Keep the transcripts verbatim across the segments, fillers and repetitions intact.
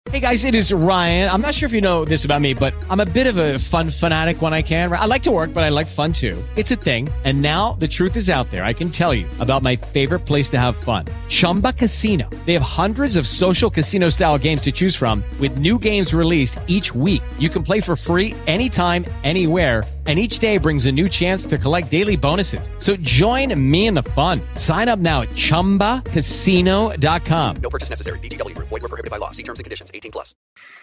Hey guys, it is Ryan. I'm not sure if you know this about me, but I'm a bit of a fun fanatic when I can. I like to work, but I like fun too. It's a thing. And now the truth is out there. I can tell you about my favorite place to have fun. Chumba Casino. They have hundreds of social casino style games to choose from with new games released each week. You can play for free anytime, anywhere. And each day brings a new chance to collect daily bonuses. So join me in the fun. Sign up now at chumba casino dot com. No purchase necessary. V G W. Void where prohibited by law. See terms and conditions. eighteen plus.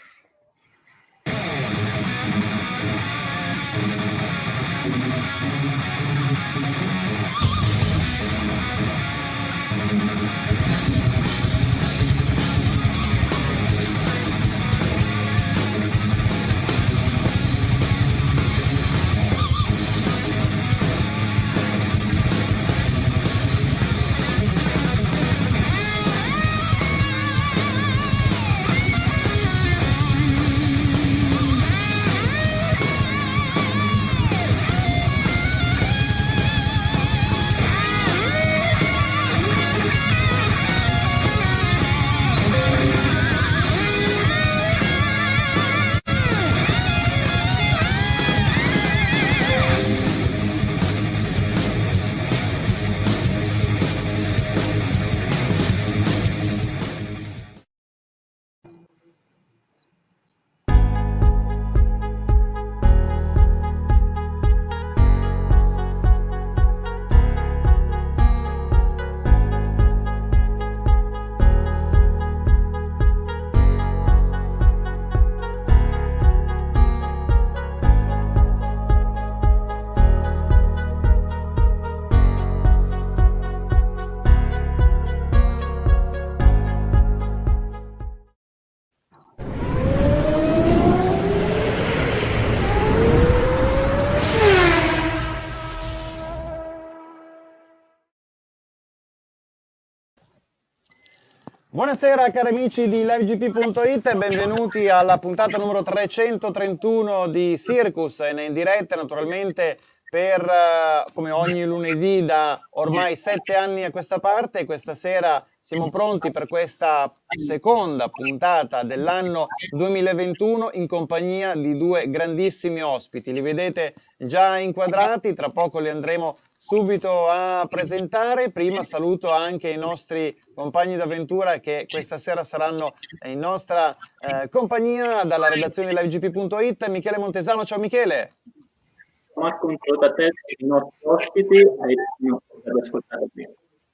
Buonasera cari amici di LiveGP punto it e benvenuti alla puntata numero trecentotrentuno di Circus, in diretta naturalmente per come ogni lunedì da ormai sette anni a questa parte. Questa sera siamo pronti per questa seconda puntata dell'anno duemilaventuno in compagnia di due grandissimi ospiti. Li vedete già inquadrati, tra poco li andremo subito a presentare. Prima saluto anche i nostri compagni d'avventura che questa sera saranno in nostra eh, compagnia dalla redazione di LiveGP punto it. Michele Montesano, ciao Michele. Marco, un saluto a te, i nostri ospiti e per ascoltare qui.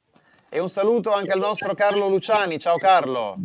E un saluto anche al nostro Carlo Luciani. Ciao Carlo.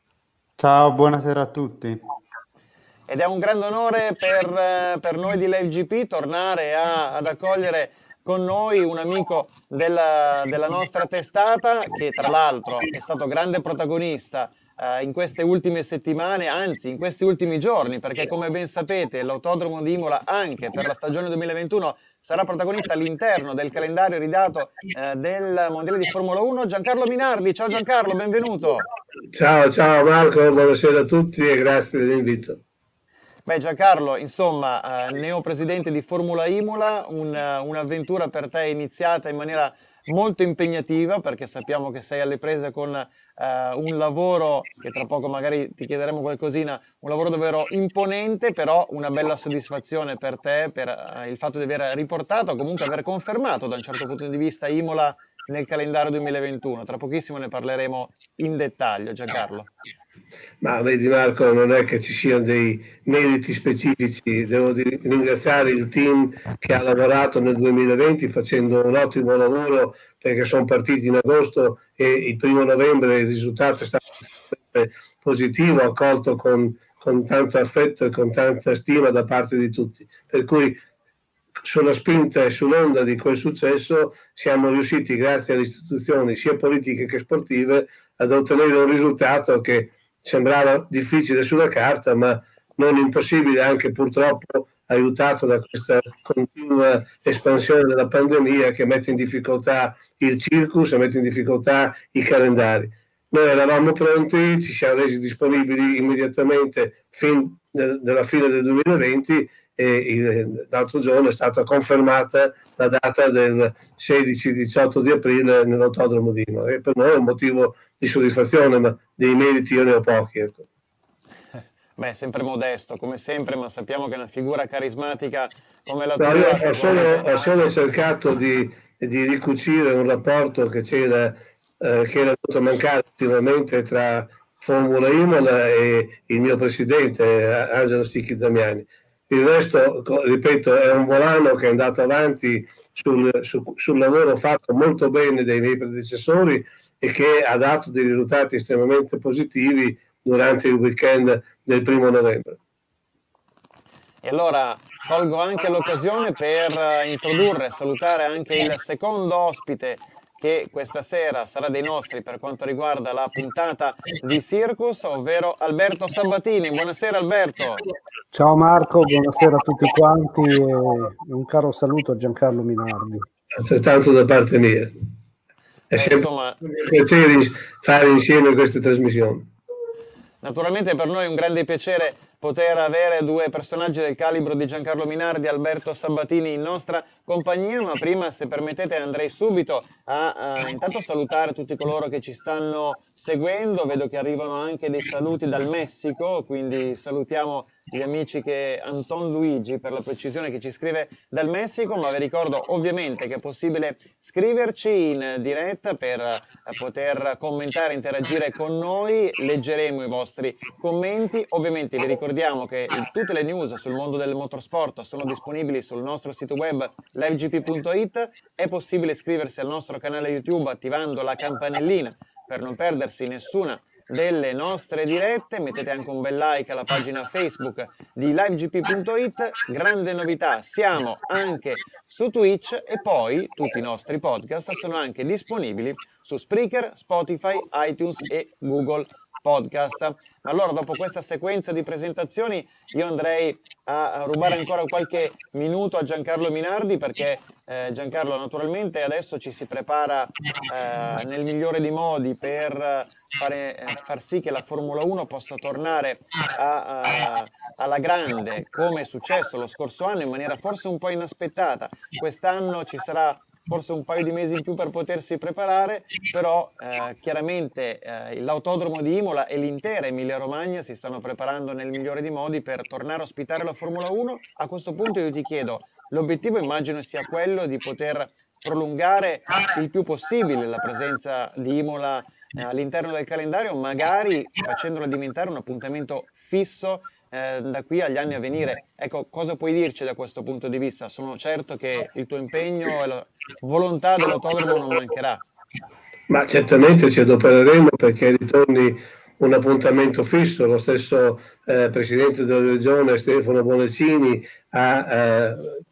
Ciao, buonasera a tutti. Ed è un grande onore per, per noi di LiveGP tornare a, ad accogliere con noi un amico della, della nostra testata che tra l'altro è stato grande protagonista Uh, in queste ultime settimane, anzi in questi ultimi giorni, perché come ben sapete l'autodromo di Imola anche per la stagione duemilaventuno sarà protagonista all'interno del calendario ridato uh, del Mondiale di Formula uno. Giancarlo Minardi, ciao Giancarlo, benvenuto. Ciao, ciao Marco, buonasera a tutti e grazie dell'invito. Beh Giancarlo, insomma, uh, neopresidente di Formula Imola, un, uh, un'avventura per te iniziata in maniera molto impegnativa, perché sappiamo che sei alle prese con uh, un lavoro che tra poco magari ti chiederemo qualcosina, un lavoro davvero imponente, però una bella soddisfazione per te per uh, il fatto di aver riportato, comunque aver confermato da un certo punto di vista Imola nel calendario duemilaventuno. Tra pochissimo ne parleremo in dettaglio, Giancarlo. Ma vedi Marco, non è che ci siano dei meriti specifici, devo ringraziare il team che ha lavorato nel duemilaventi facendo un ottimo lavoro, perché sono partiti in agosto e il primo novembre il risultato è stato positivo, accolto con, con tanto affetto e con tanta stima da parte di tutti, per cui sulla spinta e sull'onda di quel successo siamo riusciti, grazie alle istituzioni sia politiche che sportive, ad ottenere un risultato che sembrava difficile sulla carta, ma non impossibile, anche purtroppo aiutato da questa continua espansione della pandemia che mette in difficoltà il circus e mette in difficoltà i calendari. Noi eravamo pronti, ci siamo resi disponibili immediatamente fin dalla fine del duemilaventi e il, l'altro giorno è stata confermata la data del sedici diciotto di aprile nell'autodromo di Imola, e per noi è un motivo di soddisfazione, ma dei meriti io ne ho pochi. Ecco. Beh, sempre modesto, come sempre, ma sappiamo che è una figura carismatica come la No, tua. io ho solo, sicuramente- ho solo cercato di, di ricucire un rapporto che c'era, eh, che era venuto a mancare ultimamente tra Formula Imola e il mio presidente eh, Angelo Sicchi Damiani. Il resto, co- ripeto, è un volano che è andato avanti sul, su- sul lavoro fatto molto bene dai miei predecessori e che ha dato dei risultati estremamente positivi durante il weekend del primo novembre. E allora colgo anche l'occasione per eh, introdurre e salutare anche il secondo ospite che questa sera sarà dei nostri per quanto riguarda la puntata di Circus, ovvero Alberto Sabatini. Buonasera Alberto. Ciao Marco, buonasera a tutti quanti e un caro saluto a Giancarlo Minardi. Altrettanto da parte mia. È Beh, sempre insomma, un piacere fare insieme queste trasmissioni. naturalmente per noi è un grande piacere poter avere due personaggi del calibro di Giancarlo Minardi e Alberto Sabatini in nostra compagnia, ma prima, se permettete, andrei subito a, a intanto salutare tutti coloro che ci stanno seguendo. Vedo che arrivano anche dei saluti dal Messico, quindi salutiamo gli amici che Anton Luigi, per la precisione, che ci scrive dal Messico, ma vi ricordo ovviamente che è possibile scriverci in diretta per eh, poter commentare, interagire con noi, leggeremo i vostri commenti. Ovviamente vi ricordiamo che il- tutte le news sul mondo del motorsport sono disponibili sul nostro sito web live g p punto it, è possibile iscriversi al nostro canale YouTube attivando la campanellina per non perdersi nessuna delle nostre dirette. Mettete anche un bel like alla pagina Facebook di live g p punto it. Grande novità, siamo anche su Twitch e poi tutti i nostri podcast sono anche disponibili su Spreaker, Spotify, iTunes e Google Podcast. Allora, dopo questa sequenza di presentazioni, io andrei a, a rubare ancora qualche minuto a Giancarlo Minardi, perché eh, Giancarlo, naturalmente adesso ci si prepara eh, nel migliore dei modi per fare, eh, far sì che la Formula uno possa tornare a, a, alla grande, come è successo lo scorso anno in maniera forse un po' inaspettata. Quest'anno ci sarà forse un paio di mesi in più per potersi preparare, però eh, chiaramente eh, l'autodromo di Imola e l'intera Emilia Romagna si stanno preparando nel migliore dei modi per tornare a ospitare la Formula uno. A questo punto io ti chiedo, l'obiettivo immagino sia quello di poter prolungare il più possibile la presenza di Imola eh, all'interno del calendario, magari facendola diventare un appuntamento fisso eh, da qui agli anni a venire. Ecco, cosa puoi dirci da questo punto di vista? Sono certo che il tuo impegno e la volontà dell'autodromo non mancherà. Ma certamente ci adopereremo perché ritorni un appuntamento fisso. Lo stesso eh, Presidente della Regione Stefano Bonaccini ha eh,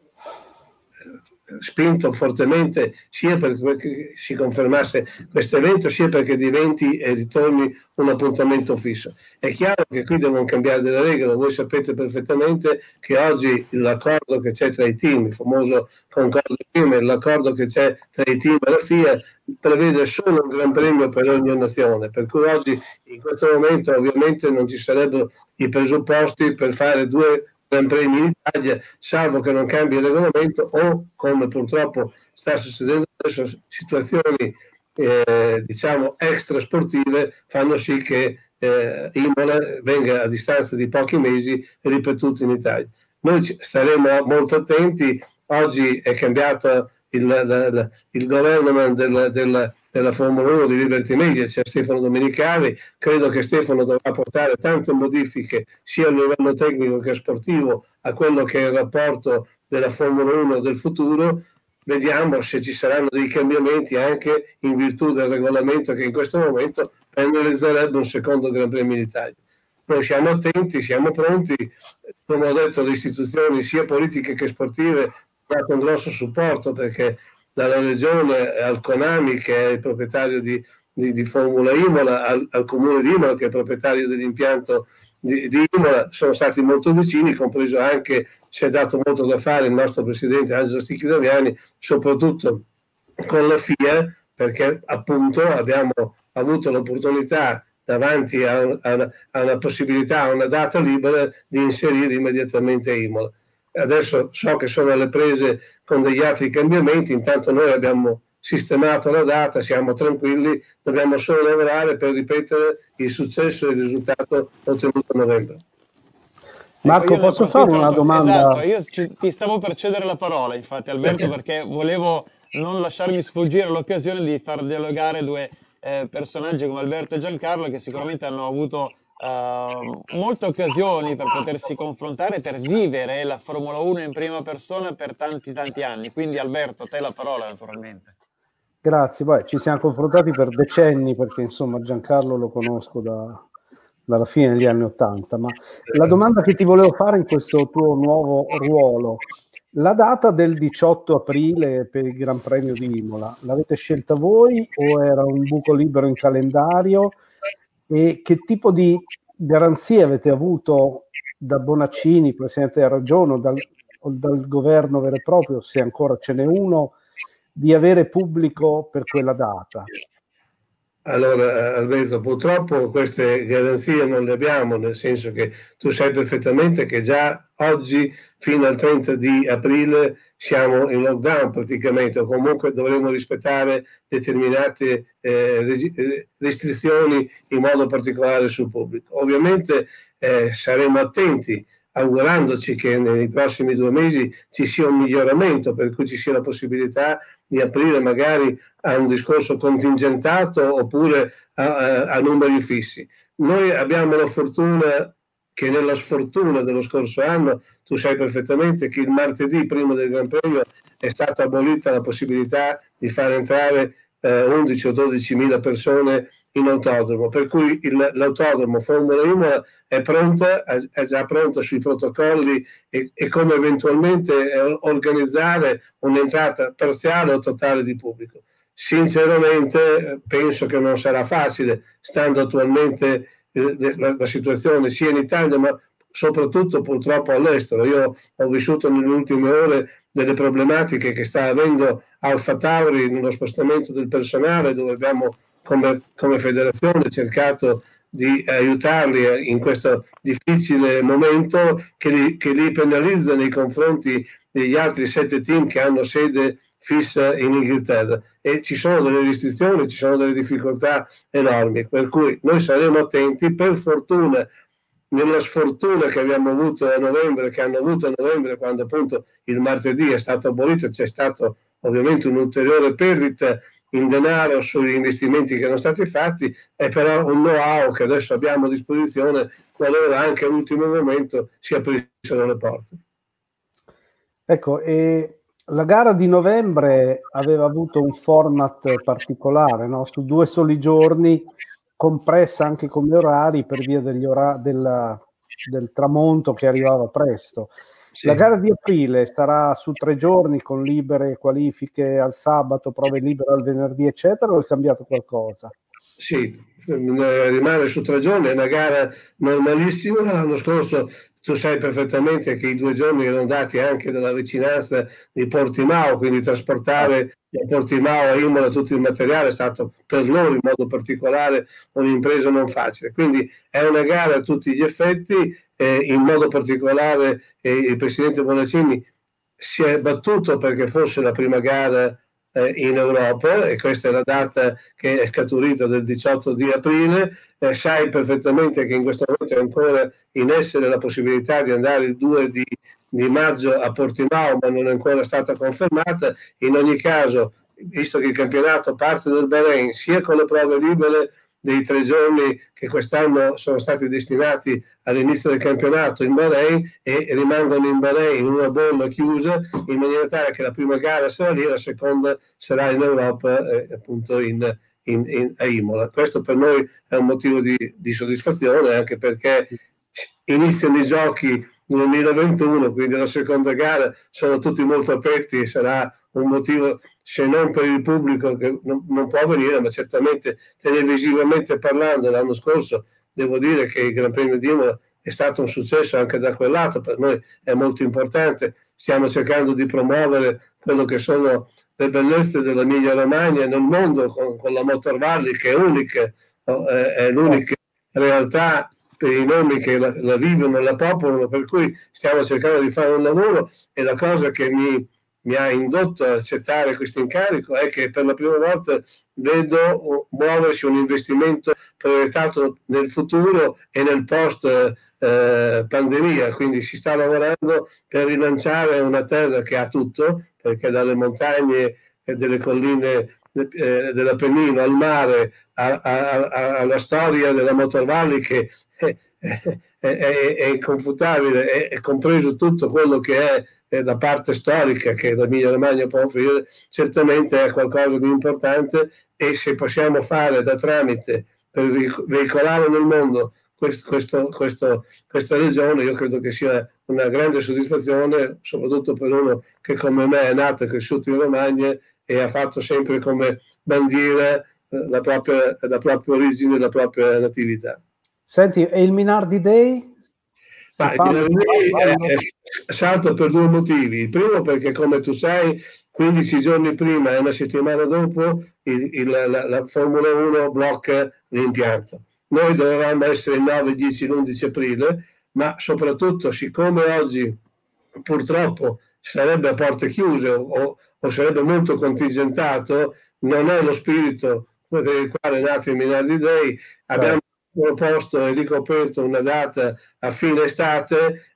spinto fortemente sia perché si confermasse questo evento, sia perché diventi e ritorni un appuntamento fisso. È chiaro che qui devono cambiare delle regole. Voi sapete perfettamente che oggi l'accordo che c'è tra i team, il famoso concordo team, l'accordo che c'è tra i team e la F I A prevede solo un gran premio per ogni nazione, per cui oggi in questo momento ovviamente non ci sarebbero i presupposti per fare due Gran Premi in Italia, salvo che non cambi il regolamento o, come purtroppo sta succedendo adesso, situazioni eh, diciamo extrasportive fanno sì che eh, Imola venga a distanza di pochi mesi ripetuto in Italia. Noi ci staremo molto attenti. Oggi è cambiato il, la, la, il government della, della, della Formula uno di Liberty Media, c'è Stefano Domenicali. Credo che Stefano dovrà portare tante modifiche sia a livello tecnico che sportivo a quello che è il rapporto della Formula uno del futuro. Vediamo se ci saranno dei cambiamenti anche in virtù del regolamento che in questo momento penalizzerebbe un secondo Gran Premio in Italia. Noi siamo attenti, siamo pronti, come ho detto, le istituzioni sia politiche che sportive dato un grosso supporto, perché dalla regione al Conami, che è il proprietario di, di, di Formula Imola, al, al comune di Imola, che è il proprietario dell'impianto di, di Imola, sono stati molto vicini, compreso anche, si è dato molto da fare il nostro presidente Angelo Sicchi Damiani, soprattutto con la F I A, perché appunto abbiamo avuto l'opportunità davanti a, a, a una possibilità, a una data libera, di inserire immediatamente Imola. Adesso so che sono alle prese con degli altri cambiamenti, intanto noi abbiamo sistemato la data, siamo tranquilli, dobbiamo solo lavorare per ripetere il successo e il risultato ottenuto a novembre. Marco, io ne posso fare approfitto, una per- domanda? esatto, io ci- ti stavo per cedere la parola, infatti, Alberto, perché volevo non lasciarmi sfuggire l'occasione di far dialogare due eh, personaggi come Alberto e Giancarlo, che sicuramente hanno avuto eh, molte occasioni per potersi confrontare, per vivere la Formula uno in prima persona per tanti tanti anni. Quindi Alberto, a te la parola, naturalmente. Grazie, poi ci siamo confrontati per decenni perché insomma Giancarlo lo conosco da, dalla fine degli anni Ottanta, ma la domanda che ti volevo fare in questo tuo nuovo ruolo, la data del diciotto aprile per il Gran Premio di Imola, l'avete scelta voi o era un buco libero in calendario? E che tipo di garanzie avete avuto da Bonaccini, Presidente della Regione, o dal, o dal governo vero e proprio, se ancora ce n'è uno, di avere pubblico per quella data? Allora, Alberto, purtroppo queste garanzie non le abbiamo, nel senso che tu sai perfettamente che già oggi, fino al trenta di aprile, siamo in lockdown praticamente, o comunque dovremo rispettare determinate eh, reg- restrizioni in modo particolare sul pubblico. Ovviamente eh, saremo attenti, augurandoci che nei prossimi due mesi ci sia un miglioramento, per cui ci sia la possibilità di aprire magari a un discorso contingentato oppure a, a, a numeri fissi. Noi abbiamo la fortuna che nella sfortuna dello scorso anno, tu sai perfettamente che il martedì prima del Gran Premio è stata abolita la possibilità di far entrare eh, undici o dodici mila persone in autodromo, per cui il, l'autodromo Formula Imola è pronta, è già pronta sui protocolli e, e come eventualmente eh, organizzare un'entrata parziale o totale di pubblico. Sinceramente penso che non sarà facile, stando attualmente eh, la, la situazione sia in Italia ma soprattutto purtroppo all'estero. Io ho vissuto nelle ultime ore delle problematiche che sta avendo Alfa Tauri nello spostamento del personale, dove abbiamo come, come federazione cercato di aiutarli in questo difficile momento che li, che li penalizza nei confronti degli altri sette team che hanno sede fissa in Inghilterra, e ci sono delle restrizioni, ci sono delle difficoltà enormi, per cui noi saremo attenti. Per fortuna, nella sfortuna che abbiamo avuto a novembre, che hanno avuto a novembre, quando appunto il martedì è stato abolito, c'è stato ovviamente un'ulteriore perdita in denaro sugli investimenti che erano stati fatti, è però un know-how che adesso abbiamo a disposizione qualora anche all'ultimo momento si aprissero le porte. Ecco, e la gara di novembre aveva avuto un format particolare, no? Su due soli giorni, compressa anche come orari per via degli ora- della, del tramonto che arrivava presto. Sì. La gara di aprile sarà su tre giorni con libere qualifiche al sabato, prove libere al venerdì, eccetera, o è cambiato qualcosa? Sì, rimane su tre giorni, è una gara normalissima. L'anno scorso tu sai perfettamente che i due giorni erano dati anche dalla vicinanza di Portimao, quindi trasportare da Portimao a Imola tutto il materiale è stato per loro in modo particolare un'impresa non facile. Quindi è una gara a tutti gli effetti, eh, in modo particolare eh, il presidente Bonaccini si è battuto perché fosse la prima gara in Europa, e questa è la data che è scaturita del diciotto di aprile. Eh, sai perfettamente che in questo momento è ancora in essere la possibilità di andare il due di, di maggio a Portimao, ma non è ancora stata confermata. In ogni caso, visto che il campionato parte dal Bahrain, sia con le prove libere dei tre giorni che quest'anno sono stati destinati all'inizio del campionato in Bahrain, e rimangono in Bahrain in una bolla chiusa, in maniera tale che la prima gara sarà lì, la seconda sarà in Europa, eh, appunto in, in, in, a Imola. Questo per noi è un motivo di, di soddisfazione, anche perché iniziano i giochi duemilaventuno, quindi la seconda gara, sono tutti molto aperti e sarà un motivo, se non per il pubblico che non, non può venire, ma certamente televisivamente parlando. L'anno scorso devo dire che il Gran Premio di Imola è stato un successo anche da quel lato, per noi è molto importante. Stiamo cercando di promuovere quello che sono le bellezze dell'Emilia Romagna nel mondo con, con la Motor Valley, che è unica, no? è, è l'unica realtà per i nomi che la, la vivono e la popolano, per cui stiamo cercando di fare un lavoro. E la cosa che mi mi ha indotto a accettare questo incarico è che per la prima volta vedo muoversi un investimento proiettato nel futuro e nel post eh, pandemia, quindi si sta lavorando per rilanciare una terra che ha tutto, perché dalle montagne e delle colline eh, dell'Appennino al mare, a, a, a, alla storia della Motor Valley che è, è, è, è inconfutabile, è, è compreso tutto quello che è, è la parte storica che l'Emilia Romagna può offrire, certamente è qualcosa di importante, e se possiamo fare da tramite per veicolare nel mondo questo, questo, questo, questa regione, io credo che sia una grande soddisfazione, soprattutto per uno che come me è nato e cresciuto in Romagna e ha fatto sempre come bandiera la propria, la propria origine, la propria natività. Senti, e il Minardi Day? Ma il Minardi Day è, è salto per due motivi. Il primo perché, come tu sai, quindici giorni prima e una settimana dopo il, il, la, la Formula uno blocca l'impianto. Noi dovevamo essere il nove, dieci, l'undici aprile, ma soprattutto siccome oggi purtroppo sarebbe a porte chiuse o, o sarebbe molto contingentato, non è lo spirito per il quale è nato il Minardi Day. Abbiamo proposto e ricoperto una data a fine estate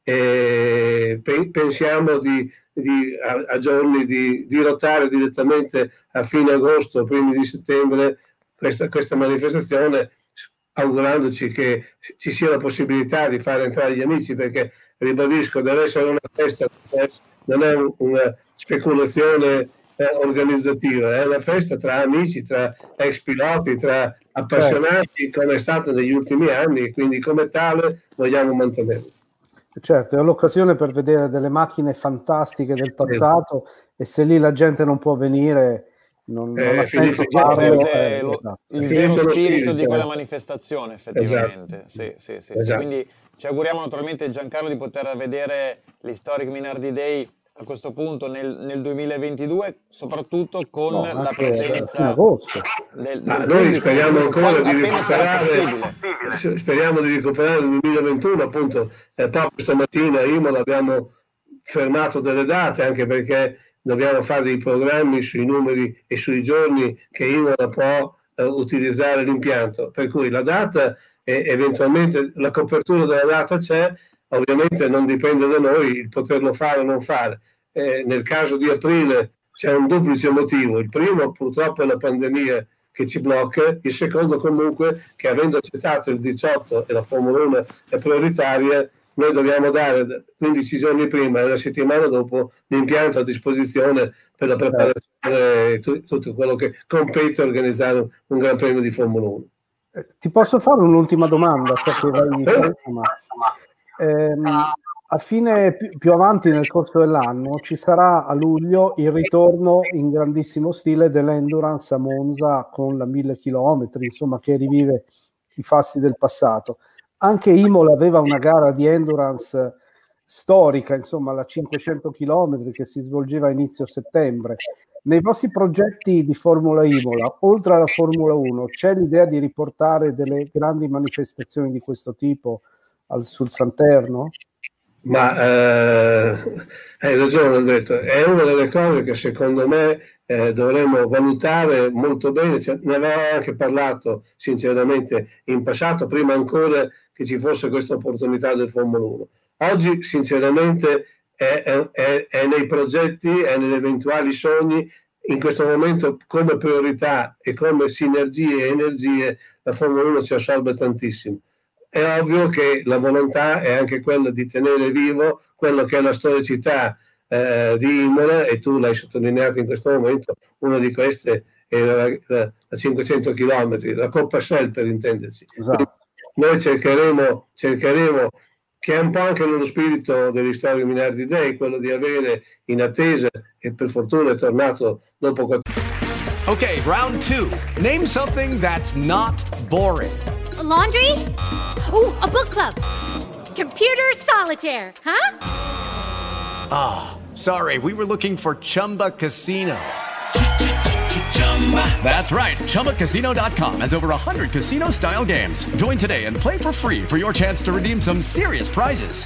e pe- pensiamo di, di, a, a giorni di, di rotare direttamente a fine agosto, primi di settembre questa, questa manifestazione, augurandoci che ci sia la possibilità di fare entrare gli amici, perché ribadisco, deve essere una festa, non è una speculazione eh, organizzativa, è una festa tra amici, tra ex piloti, tra appassionati, certo, come è stato negli ultimi anni, e quindi come tale vogliamo mantenerlo. Certo, è l'occasione per vedere delle macchine fantastiche del passato, sì, e se lì la gente non può venire, non, eh, non ha senso farlo. Eh, lo, esatto. il vero spirito, spirito di quella manifestazione, effettivamente. Esatto. Sì, sì, sì, esatto. Quindi ci auguriamo naturalmente, Giancarlo, di poter vedere l'Historic Minardi Day a questo punto nel, nel duemilaventidue, soprattutto con no, la presenza del, del noi speriamo ancora di recuperare speriamo di recuperare il duemilaventuno, appunto. Eh, proprio stamattina a Imola abbiamo fermato delle date, anche perché dobbiamo fare dei programmi sui numeri e sui giorni che Imola può eh, utilizzare l'impianto, per cui la data e eventualmente la copertura della data c'è. Ovviamente non dipende da noi il poterlo fare o non fare. Eh, nel caso di aprile c'è un duplice motivo. Il primo purtroppo è la pandemia che ci blocca, il secondo comunque che, avendo accettato il diciotto e la Formula uno è prioritaria, noi dobbiamo dare quindici giorni prima e una settimana dopo l'impianto a disposizione per la preparazione e t- tutto quello che compete a organizzare un Gran Premio di Formula uno. Ti posso fare un'ultima domanda? So che vai in fretta, ma... Ehm, a fine più, più avanti nel corso dell'anno ci sarà a luglio il ritorno in grandissimo stile dell'Endurance a Monza con la mille chilometri, insomma, che rivive i fasti del passato. Anche Imola aveva una gara di Endurance storica, insomma la cinquecento chilometri, che si svolgeva a inizio settembre. Nei vostri progetti di Formula Imola, oltre alla Formula uno, c'è l'idea di riportare delle grandi manifestazioni di questo tipo Al, sul Santerno? Ma eh, hai ragione Alberto, è una delle cose che secondo me eh, dovremmo valutare molto bene. Cioè, ne avevo anche parlato sinceramente in passato, prima ancora che ci fosse questa opportunità del Formula uno. Oggi sinceramente è, è, è nei progetti, è negli eventuali sogni. In questo momento come priorità e come sinergie e energie la Formula uno ci assorbe tantissimo. È ovvio che la volontà è anche quella di tenere vivo quello che è la storicità eh, di Imola, e tu l'hai sottolineato in questo momento. Una di queste è la, la, la cinquecento chilometri, la Coppa Shell per intenderci. Esatto. Noi cercheremo, cercheremo, che è un po' anche nello spirito dell'Historic Minardi Day, quello di avere in attesa, e per fortuna è tornato dopo quattro. Ok, round two. Name something that's not boring. A laundry? Ooh, a book club. Computer solitaire, huh? Ah, oh, sorry, we were looking for Chumba Casino. That's right, Chumba Casino dot com has over one hundred casino-style games. Join today and play for free for your chance to redeem some serious prizes.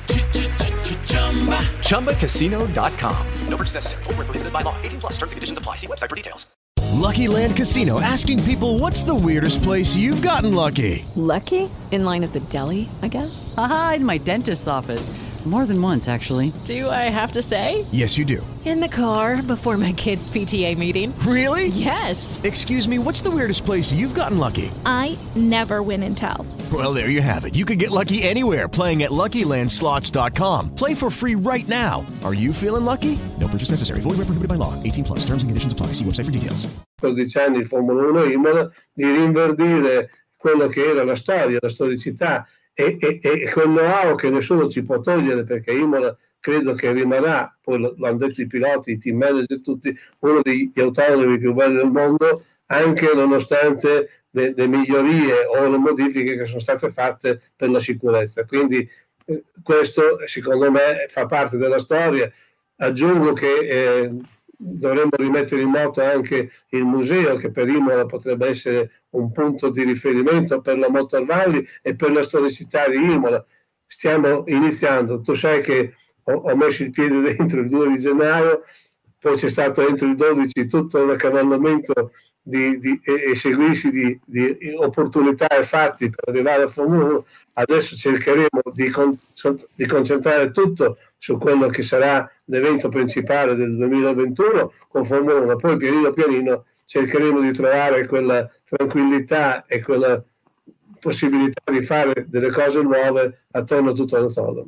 Chumba Casino dot com. No purchase necessary. Void where prohibited by law. eighteen plus terms and conditions apply. See website for details. Lucky Land Casino, asking people, what's the weirdest place you've gotten lucky? Lucky? In line at the deli, I guess? Aha, in my dentist's office. More than once, actually. Do I have to say? Yes, you do. In the car before my kids' P T A meeting. Really? Yes. Excuse me, what's the weirdest place you've gotten lucky? I never win and tell. Well, there you have it. You can get lucky anywhere, playing at Lucky Land Slots dot com. Play for free right now. Are you feeling lucky? No purchase necessary. Void where prohibited by law. eighteen plus. Terms and conditions apply. See website for details. quattordici anni di Formula uno Imola, di rinverdire quello che era la storia, la storicità e, e, e quel know-how che nessuno ci può togliere, perché Imola credo che rimarrà, poi lo, lo hanno detto i piloti, i team manager, tutti, uno degli autodromi più belli del mondo, anche nonostante le, le migliorie o le modifiche che sono state fatte per la sicurezza. Quindi eh, questo secondo me fa parte della storia. Aggiungo che eh, dovremmo rimettere in moto anche il museo, che per Imola potrebbe essere un punto di riferimento per la Motor Valley e per la storicità di Imola. Stiamo iniziando, tu sai che ho, ho messo il piede dentro il due di gennaio, poi c'è stato entro il dodici tutto un accavallamento di, di e, e seguirsi di, di opportunità e fatti per arrivare a Formula uno. Adesso cercheremo di, con, di concentrare tutto su quello che sarà l'evento principale del duemilaventuno con Formula uno, poi pianino pianino cercheremo di trovare quella tranquillità e quella possibilità di fare delle cose nuove attorno a tutto l'autodromo.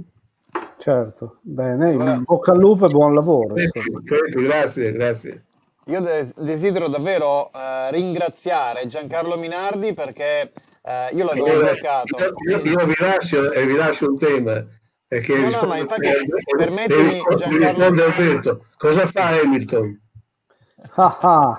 Certo, bene, in bocca al lupo e buon lavoro. Crepi, grazie, grazie. Io des- desidero davvero uh, ringraziare Giancarlo Minardi, perché uh, io l'avevo Io, bloccato. io, io vi lascio e vi lascio un tema. Perché no, no, ma infatti permettimi, Giancarlo, cosa fa Hamilton? Ah, ah.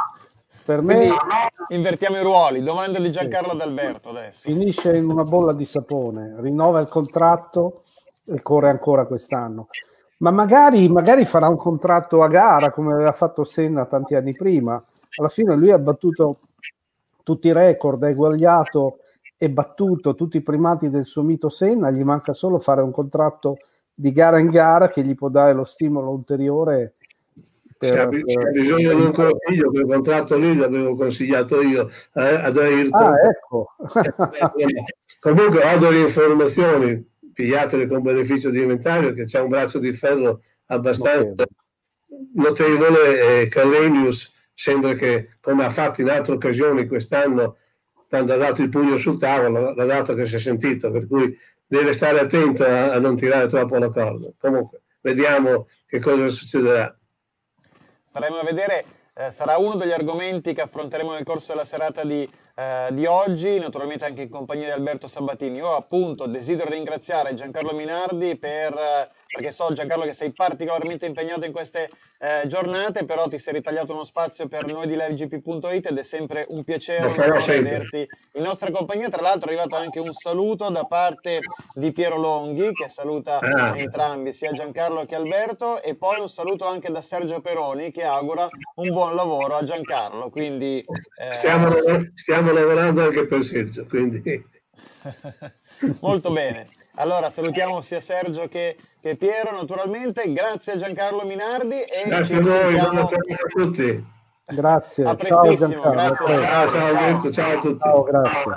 Per me Quindi, invertiamo i ruoli, domanda di Giancarlo ad Alberto adesso. Finisce in una bolla di sapone, rinnova il contratto e corre ancora quest'anno. Ma magari, magari farà un contratto a gara come aveva fatto Senna tanti anni prima. Alla fine lui ha battuto tutti i record, ha eguagliato e battuto tutti i primati del suo mito Senna, gli manca solo fare un contratto di gara in gara che gli può dare lo stimolo ulteriore. Per, c'è, c'è bisogno di un consiglio, quel contratto lì l'avevo consigliato io eh, ad Ayrton. Ah, ecco. Comunque ho delle informazioni, pigliatele con beneficio di inventario, che c'è un braccio di ferro abbastanza notevole e Callenius sembra che, come ha fatto in altre occasioni quest'anno, quando ha dato il pugno sul tavolo, l'ha dato che si è sentito, per cui deve stare attento a, a non tirare troppo la corda. Comunque, vediamo che cosa succederà. Staremo a vedere, eh, sarà uno degli argomenti che affronteremo nel corso della serata di, eh, di oggi, naturalmente anche in compagnia di Alberto Sabatini. Io appunto desidero ringraziare Giancarlo Minardi per, eh, perché so Giancarlo che sei particolarmente impegnato in queste eh, giornate, però ti sei ritagliato uno spazio per noi di live G P punto it ed è sempre un piacere vederti in nostra compagnia. Tra l'altro è arrivato anche un saluto da parte di Piero Longhi, che saluta ah. entrambi, sia Giancarlo che Alberto, e poi un saluto anche da Sergio Peroni, che augura un buon lavoro a Giancarlo. Quindi eh... stiamo, stiamo lavorando anche per Sergio, quindi molto bene. Allora salutiamo sia Sergio che, che Piero, naturalmente. Grazie a Giancarlo Minardi e grazie a voi, buonasera a tutti. Grazie. A prestissimo, ciao, grazie. Ciao, ciao, ciao, ciao a tutti. Ciao, grazie.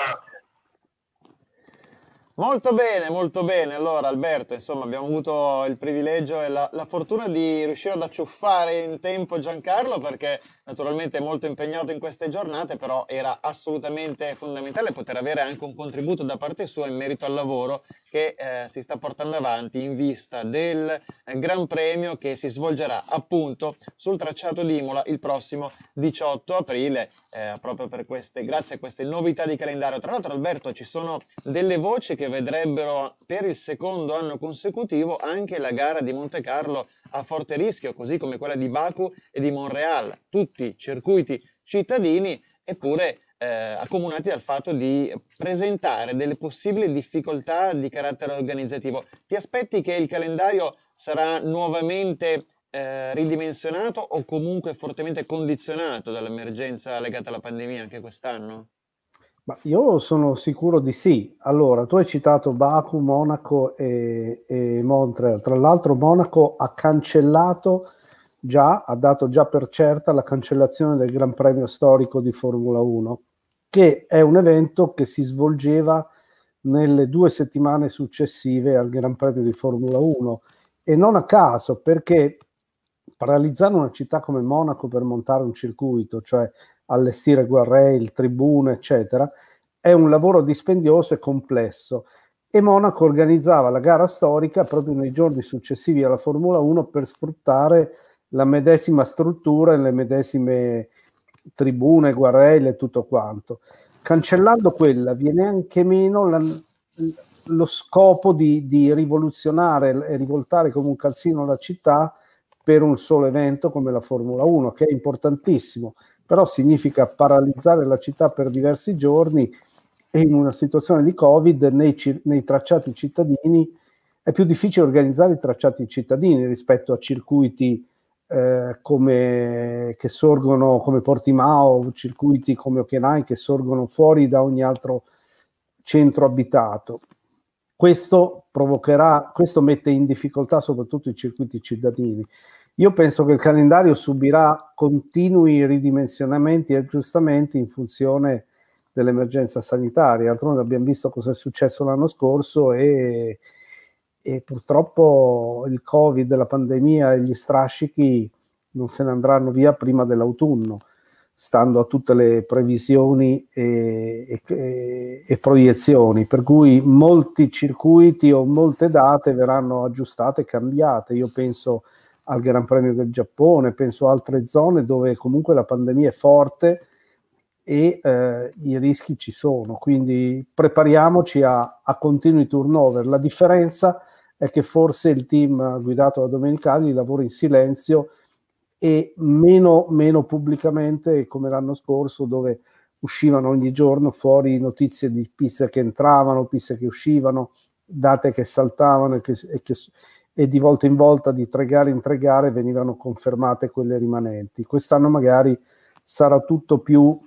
Molto bene, molto bene. Allora Alberto, insomma, abbiamo avuto il privilegio e la, la fortuna di riuscire ad acciuffare in tempo Giancarlo, perché naturalmente è molto impegnato in queste giornate, però era assolutamente fondamentale poter avere anche un contributo da parte sua in merito al lavoro che eh, si sta portando avanti in vista del eh, Gran Premio che si svolgerà appunto sul tracciato di Imola il prossimo diciotto aprile, eh, proprio per queste, grazie a queste novità di calendario. Tra l'altro Alberto, ci sono delle voci che vedrebbero per il secondo anno consecutivo anche la gara di Monte Carlo a forte rischio, così come quella di Baku e di Montreal, tutti circuiti cittadini, eppure eh, accomunati dal fatto di presentare delle possibili difficoltà di carattere organizzativo. Ti aspetti che il calendario sarà nuovamente eh, ridimensionato o comunque fortemente condizionato dall'emergenza legata alla pandemia anche quest'anno? Ma io sono sicuro di sì. Allora, tu hai citato Baku, Monaco e, e Montreal. Tra l'altro Monaco ha cancellato già ha dato già per certa la cancellazione del Gran Premio storico di Formula uno, che è un evento che si svolgeva nelle due settimane successive al Gran Premio di Formula uno, e non a caso, perché paralizzare una città come Monaco per montare un circuito, cioè allestire guardrail, tribune, eccetera, è un lavoro dispendioso e complesso, e Monaco organizzava la gara storica proprio nei giorni successivi alla Formula uno per sfruttare la medesima struttura e le medesime tribune, guardrail e tutto quanto. Cancellando quella viene anche meno la, lo scopo di, di rivoluzionare e rivoltare come un calzino la città per un solo evento come la Formula uno, che è importantissimo, però significa paralizzare la città per diversi giorni, e in una situazione di Covid nei, nei tracciati cittadini è più difficile organizzare i tracciati cittadini rispetto a circuiti eh, come che sorgono come Portimao, circuiti come Hockenheim che sorgono fuori da ogni altro centro abitato. Questo provocherà, questo mette in difficoltà soprattutto i circuiti cittadini. Io penso che il calendario subirà continui ridimensionamenti e aggiustamenti in funzione dell'emergenza sanitaria. D'altronde abbiamo visto cosa è successo l'anno scorso, e, e purtroppo il Covid, la pandemia e gli strascichi non se ne andranno via prima dell'autunno, stando a tutte le previsioni e, e, e proiezioni, per cui molti circuiti o molte date verranno aggiustate e cambiate. Io penso al Gran Premio del Giappone, penso a altre zone dove comunque la pandemia è forte e eh, i rischi ci sono, quindi prepariamoci a, a continui turnover. La differenza è che forse il team guidato da Domenicali lavora in silenzio e meno, meno pubblicamente, come l'anno scorso, dove uscivano ogni giorno fuori notizie di piste che entravano, piste che uscivano, date che saltavano e, che, e, che, e di volta in volta, di tre gare in tre gare, venivano confermate quelle rimanenti. Quest'anno magari sarà tutto più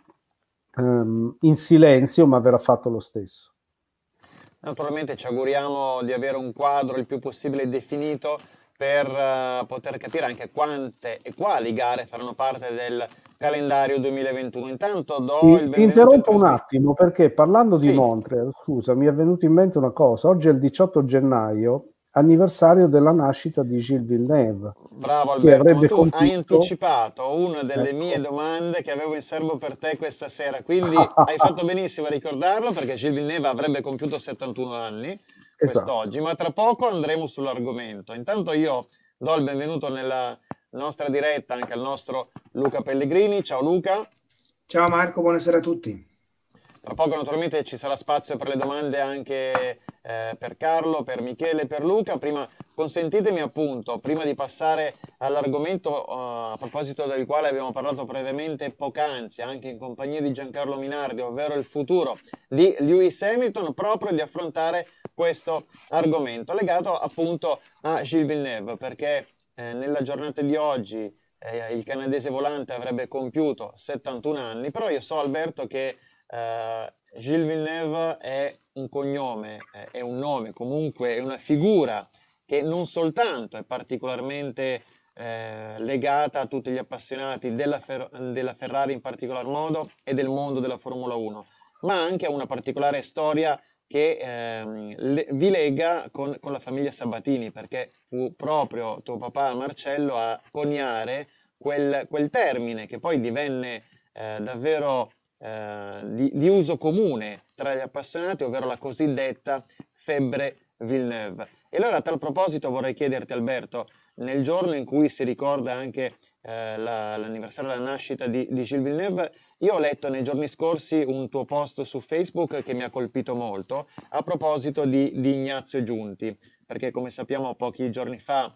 Um, in silenzio, ma verrà fatto lo stesso. Naturalmente ci auguriamo di avere un quadro il più possibile definito per uh, poter capire anche quante e quali gare faranno parte del calendario duemilaventuno. Intanto do Ti, il benvenuto. Ti interrompo un attimo, perché parlando di sì. Montreal, scusa, mi è venuto in mente una cosa. Oggi è il diciotto gennaio, anniversario della nascita di Gilles Villeneuve. Bravo che Alberto, avrebbe tu compiuto... hai anticipato una delle ecco. mie domande che avevo in serbo per te questa sera, quindi hai fatto benissimo a ricordarlo, perché Gilles Villeneuve avrebbe compiuto settantuno anni quest'oggi, Esatto. ma tra poco andremo sull'argomento. Intanto io do il benvenuto nella nostra diretta anche al nostro Luca Pellegrini. Ciao Luca. Ciao Marco, buonasera a tutti. Tra poco naturalmente ci sarà spazio per le domande anche eh, per Carlo, per Michele, per Luca. Prima consentitemi appunto, prima di passare all'argomento uh, a proposito del quale abbiamo parlato brevemente poc'anzi, anche in compagnia di Giancarlo Minardi, ovvero il futuro di Lewis Hamilton, proprio di affrontare questo argomento legato appunto a Gilles Villeneuve, perché eh, nella giornata di oggi eh, il canadese volante avrebbe compiuto settantuno anni, però io so Alberto che Uh, Gilles Villeneuve è un cognome, eh, è un nome, comunque è una figura che non soltanto è particolarmente eh, legata a tutti gli appassionati della, Fer- della Ferrari in particolar modo e del mondo della Formula uno, ma anche ha una particolare storia che eh, le- vi lega con, con la famiglia Sabatini, perché fu proprio tuo papà Marcello a coniare quel, quel termine che poi divenne eh, davvero Uh, di, di uso comune tra gli appassionati, ovvero la cosiddetta febbre Villeneuve. E allora a tal proposito vorrei chiederti Alberto, nel giorno in cui si ricorda anche uh, la, l'anniversario della nascita di, di Gilles Villeneuve, io ho letto nei giorni scorsi un tuo post su Facebook che mi ha colpito molto a proposito di, di Ignazio Giunti, perché come sappiamo pochi giorni fa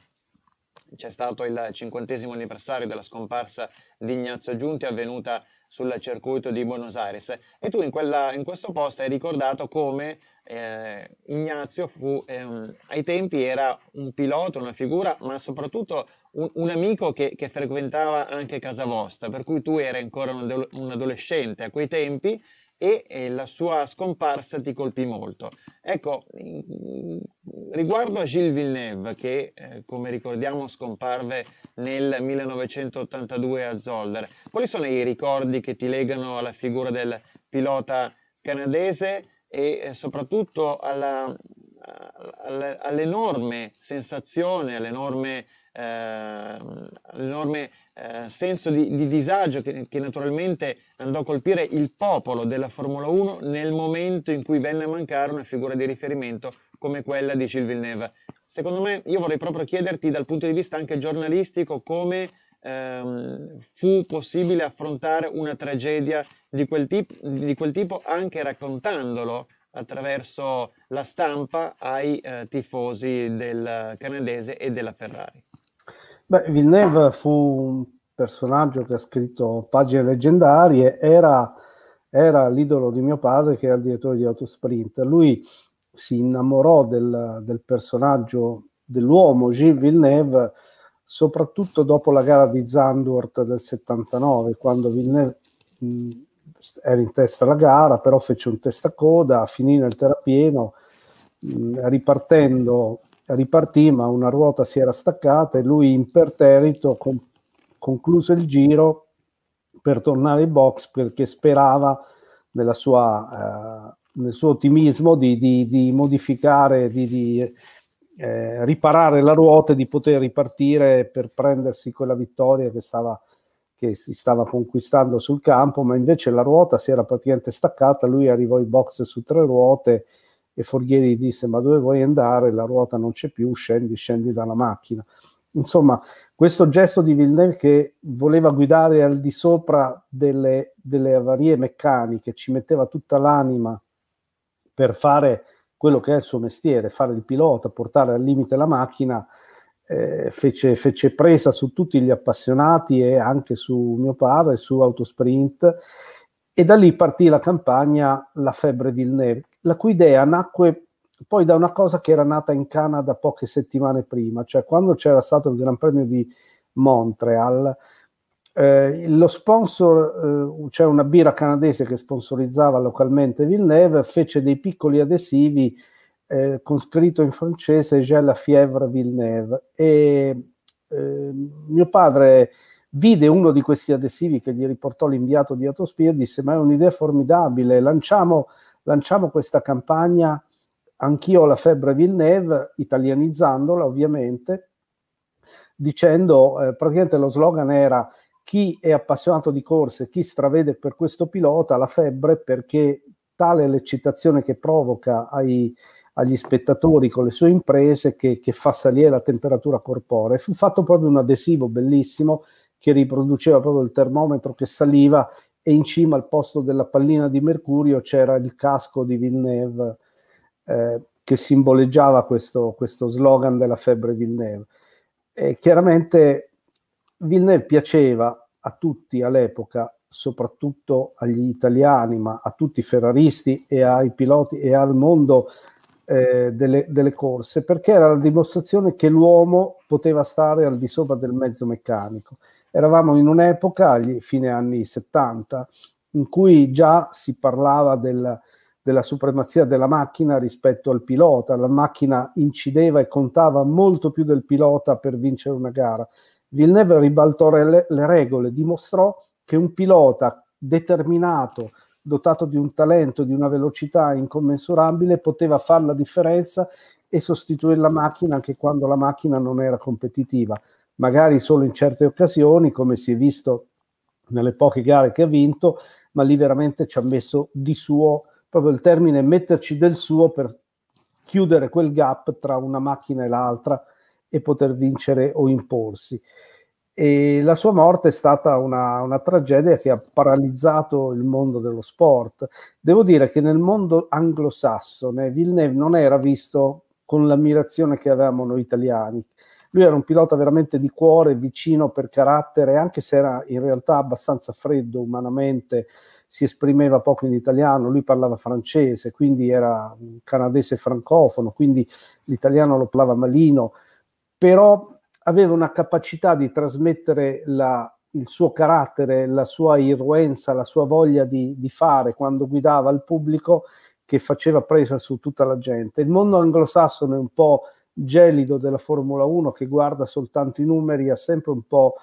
c'è stato il cinquantesimo anniversario della scomparsa di Ignazio Giunti, avvenuta sul circuito di Buenos Aires, e tu in, quella, in questo post hai ricordato come eh, Ignazio fu, ehm, ai tempi era un pilota, una figura, ma soprattutto un, un amico che, che frequentava anche casa vostra, per cui tu eri ancora un, un adolescente a quei tempi e, e la sua scomparsa ti colpì molto. Ecco, riguardo a Gilles Villeneuve, che eh, come ricordiamo scomparve nel millenovecentottantadue a Zolder, quali sono i ricordi che ti legano alla figura del pilota canadese e eh, soprattutto alla, alla, all'enorme sensazione, all'enorme, eh, all'enorme eh, senso di, di disagio che, che naturalmente andò a colpire il popolo della Formula uno nel momento in cui venne a mancare una figura di riferimento come quella di Gilles Villeneuve. Secondo me, io vorrei proprio chiederti dal punto di vista anche giornalistico come ehm, fu possibile affrontare una tragedia di quel, tip- di quel tipo anche raccontandolo attraverso la stampa ai eh, tifosi del canadese e della Ferrari. Beh, Villeneuve fu un personaggio che ha scritto pagine leggendarie, era, era l'idolo di mio padre che era il direttore di Autosprint. Lui si innamorò del, del personaggio, dell'uomo Gilles Villeneuve, soprattutto dopo la gara di Zandvoort del settantanove, quando Villeneuve mh, era in testa alla gara, però fece un testacoda, finì nel terrapieno, mh, ripartendo ripartì, ma una ruota si era staccata e lui imperterrito con, concluse il giro per tornare in box perché sperava nella sua, eh, nel suo ottimismo di, di, di modificare, di, di eh, riparare la ruota e di poter ripartire per prendersi quella vittoria che stava che si stava conquistando sul campo, ma invece la ruota si era praticamente staccata, lui arrivò in box su tre ruote e Forghieri disse: ma dove vuoi andare? La ruota non c'è più, scendi, scendi dalla macchina. Insomma, questo gesto di Villeneuve che voleva guidare al di sopra delle, delle avarie meccaniche, ci metteva tutta l'anima per fare quello che è il suo mestiere, fare il pilota, portare al limite la macchina, eh, fece, fece presa su tutti gli appassionati e anche su mio padre, su Autosprint, e da lì partì la campagna La Febbre Villeneuve, la cui idea nacque poi da una cosa che era nata in Canada poche settimane prima, cioè quando c'era stato il Gran Premio di Montreal, eh, lo sponsor, eh, c'era una birra canadese che sponsorizzava localmente Villeneuve, fece dei piccoli adesivi eh, con scritto in francese J'ai la fièvre Villeneuve, e eh, mio padre vide uno di questi adesivi che gli riportò l'inviato di Autospia e disse: ma è un'idea formidabile, lanciamo, lanciamo questa campagna, anch'io ho la febbre Villeneuve, italianizzandola ovviamente, dicendo, eh, praticamente lo slogan era: chi è appassionato di corse, chi stravede per questo pilota, la febbre, perché tale è l'eccitazione che provoca ai, agli spettatori con le sue imprese che, che fa salire la temperatura corporea. Fu fatto proprio un adesivo bellissimo che riproduceva proprio il termometro che saliva, e in cima al posto della pallina di mercurio c'era il casco di Villeneuve eh, che simboleggiava questo, questo slogan della febbre Villeneuve. E chiaramente Villeneuve piaceva a tutti all'epoca, soprattutto agli italiani, ma a tutti i ferraristi e ai piloti e al mondo eh, delle, delle corse, perché era la dimostrazione che l'uomo poteva stare al di sopra del mezzo meccanico. Eravamo in un'epoca, fine anni settanta, in cui già si parlava del, della supremazia della macchina rispetto al pilota. La macchina incideva e contava molto più del pilota per vincere una gara. Villeneuve ribaltò le, le regole, dimostrò che un pilota determinato, dotato di un talento, di una velocità incommensurabile, poteva fare la differenza e sostituire la macchina anche quando la macchina non era competitiva. Magari solo in certe occasioni, come si è visto nelle poche gare che ha vinto, ma lì veramente ci ha messo di suo, proprio il termine metterci del suo per chiudere quel gap tra una macchina e l'altra e poter vincere o imporsi. E la sua morte è stata una, una tragedia che ha paralizzato il mondo dello sport. Devo dire che nel mondo anglosassone Villeneuve non era visto con l'ammirazione che avevamo noi italiani. Lui era un pilota veramente di cuore, vicino per carattere, anche se era in realtà abbastanza freddo umanamente, si esprimeva poco in italiano, lui parlava francese, quindi era un canadese francofono, quindi l'italiano lo parlava malino, però aveva una capacità di trasmettere la, il suo carattere, la sua irruenza, la sua voglia di, di fare quando guidava il pubblico, che faceva presa su tutta la gente. Il mondo anglosassone è un po' gelido della Formula uno, che guarda soltanto i numeri, ha sempre un po'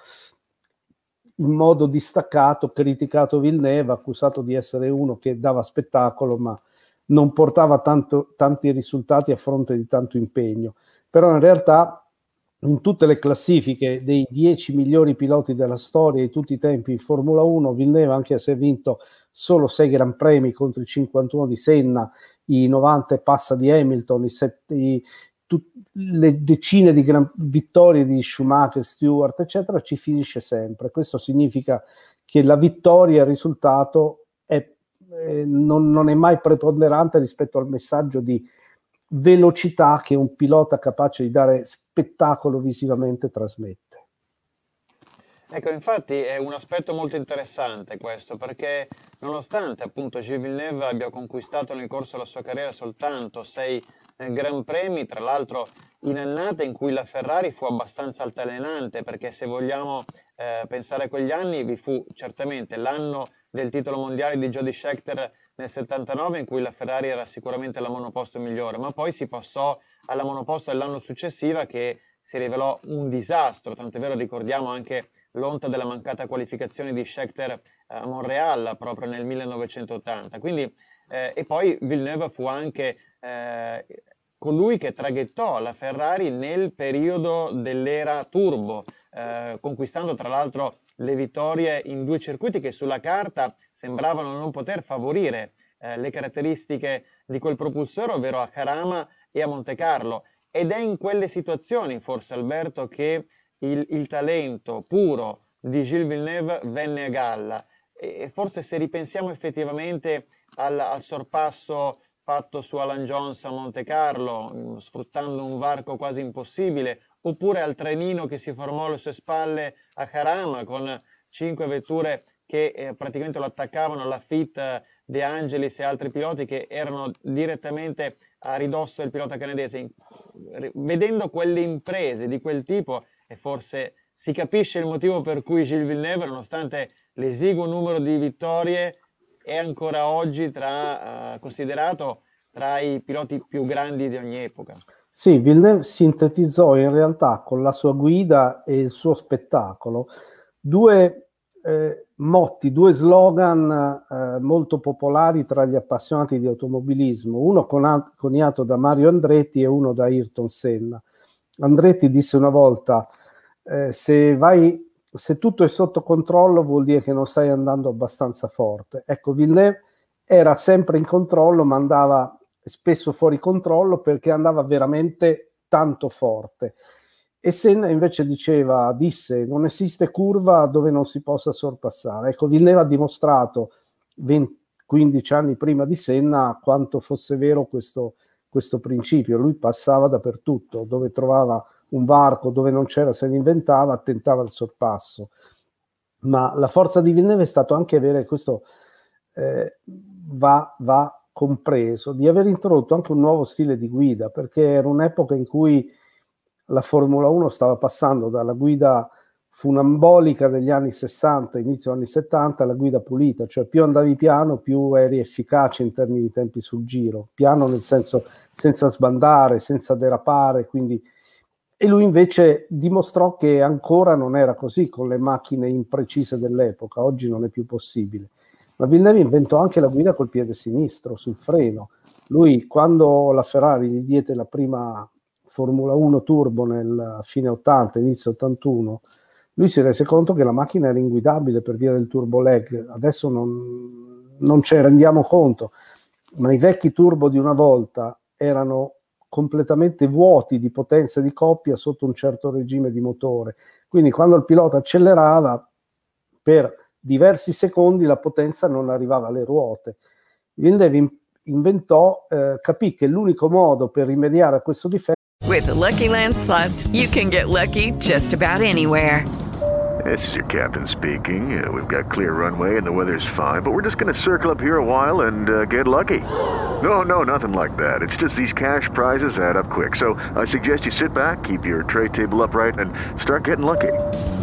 in modo distaccato criticato Villeneuve, accusato di essere uno che dava spettacolo ma non portava tanto, tanti risultati a fronte di tanto impegno. Però in realtà in tutte le classifiche dei dieci migliori piloti della storia di tutti i tempi in Formula uno, Villeneuve, anche se ha vinto solo sei Gran Premi contro i cinquantuno di Senna, i novanta e passa di Hamilton, i sette, i, tut, le decine di gran, vittorie di Schumacher, Stewart, eccetera, ci finisce sempre. Questo significa che la vittoria, il risultato, è, eh, non, non è mai preponderante rispetto al messaggio di velocità che un pilota capace di dare spettacolo visivamente trasmette. Ecco, infatti è un aspetto molto interessante questo, perché nonostante appunto Gilles Villeneuve abbia conquistato nel corso della sua carriera soltanto sei eh, Gran Premi, tra l'altro in annate in cui la Ferrari fu abbastanza altalenante, perché se vogliamo eh, pensare a quegli anni, vi fu certamente l'anno del titolo mondiale di Jody Scheckter nel settantanove, in cui la Ferrari era sicuramente la monoposto migliore, ma poi si passò alla monoposto dell'anno successivo, che si rivelò un disastro, tant'è vero ricordiamo anche l'onta della mancata qualificazione di Scheckter a Montreal proprio nel millenovecentottanta. Quindi, eh, e poi Villeneuve fu anche eh, colui che traghettò la Ferrari nel periodo dell'era turbo, eh, conquistando tra l'altro le vittorie in due circuiti che sulla carta sembravano non poter favorire eh, le caratteristiche di quel propulsore, ovvero a Jarama e a Monte Carlo. Ed è in quelle situazioni, forse Alberto, che il, il talento puro di Gilles Villeneuve venne a galla. E forse se ripensiamo effettivamente al, al sorpasso fatto su Alan Jones a Monte Carlo, sfruttando un varco quasi impossibile, oppure al trenino che si formò alle sue spalle a Jarama con cinque vetture che eh, praticamente lo attaccavano alla Fit De Angelis e altri piloti che erano direttamente a ridosso del pilota canadese. Vedendo quelle imprese di quel tipo, e forse si capisce il motivo per cui Gilles Villeneuve, nonostante l'esiguo numero di vittorie, è ancora oggi tra, uh, considerato tra i piloti più grandi di ogni epoca. Sì, Villeneuve sintetizzò in realtà con la sua guida e il suo spettacolo due eh, motti, due slogan eh, molto popolari tra gli appassionati di automobilismo, uno con, coniato da Mario Andretti e uno da Ayrton Senna. Andretti disse una volta eh, se vai se tutto è sotto controllo vuol dire che non stai andando abbastanza forte. Ecco, Villeneuve era sempre in controllo, ma andava spesso fuori controllo perché andava veramente tanto forte. E Senna invece diceva, disse, non esiste curva dove non si possa sorpassare. Ecco, Villeneuve ha dimostrato venti, quindici anni prima di Senna quanto fosse vero questo, questo principio. Lui passava dappertutto, dove trovava un varco, dove non c'era se ne inventava, tentava il sorpasso. Ma la forza di Villeneuve è stato anche avere questo, eh, va, va compreso, di aver introdotto anche un nuovo stile di guida, perché era un'epoca in cui la Formula uno stava passando dalla guida funambolica degli anni sessanta, inizio anni settanta, alla guida pulita, cioè più andavi piano, più eri efficace in termini di tempi sul giro, piano nel senso senza sbandare, senza derapare, quindi. E lui invece dimostrò che ancora non era così con le macchine imprecise dell'epoca, oggi non è più possibile. Ma Villeneuve inventò anche la guida col piede sinistro, sul freno. Lui, quando la Ferrari gli diede la prima Formula uno Turbo nel fine ottanta, inizio ottantuno, lui si rese conto che la macchina era inguidabile per via del turbo lag. Adesso non, non ce ne rendiamo conto, ma i vecchi turbo di una volta erano completamente vuoti di potenza di coppia sotto un certo regime di motore. Quindi quando il pilota accelerava, per diversi secondi la potenza non arrivava alle ruote. Villeneuve inventò, eh, capì che l'unico modo per rimediare a questo difetto. With the Lucky Land Slots, you can get lucky just about anywhere. This is your captain speaking. Uh, we've got clear runway and the weather's fine, but we're just going to circle up here a while and uh, get lucky. No, no, nothing like that. It's just these cash prizes add up quick. So I suggest you sit back, keep your tray table upright, and start getting lucky.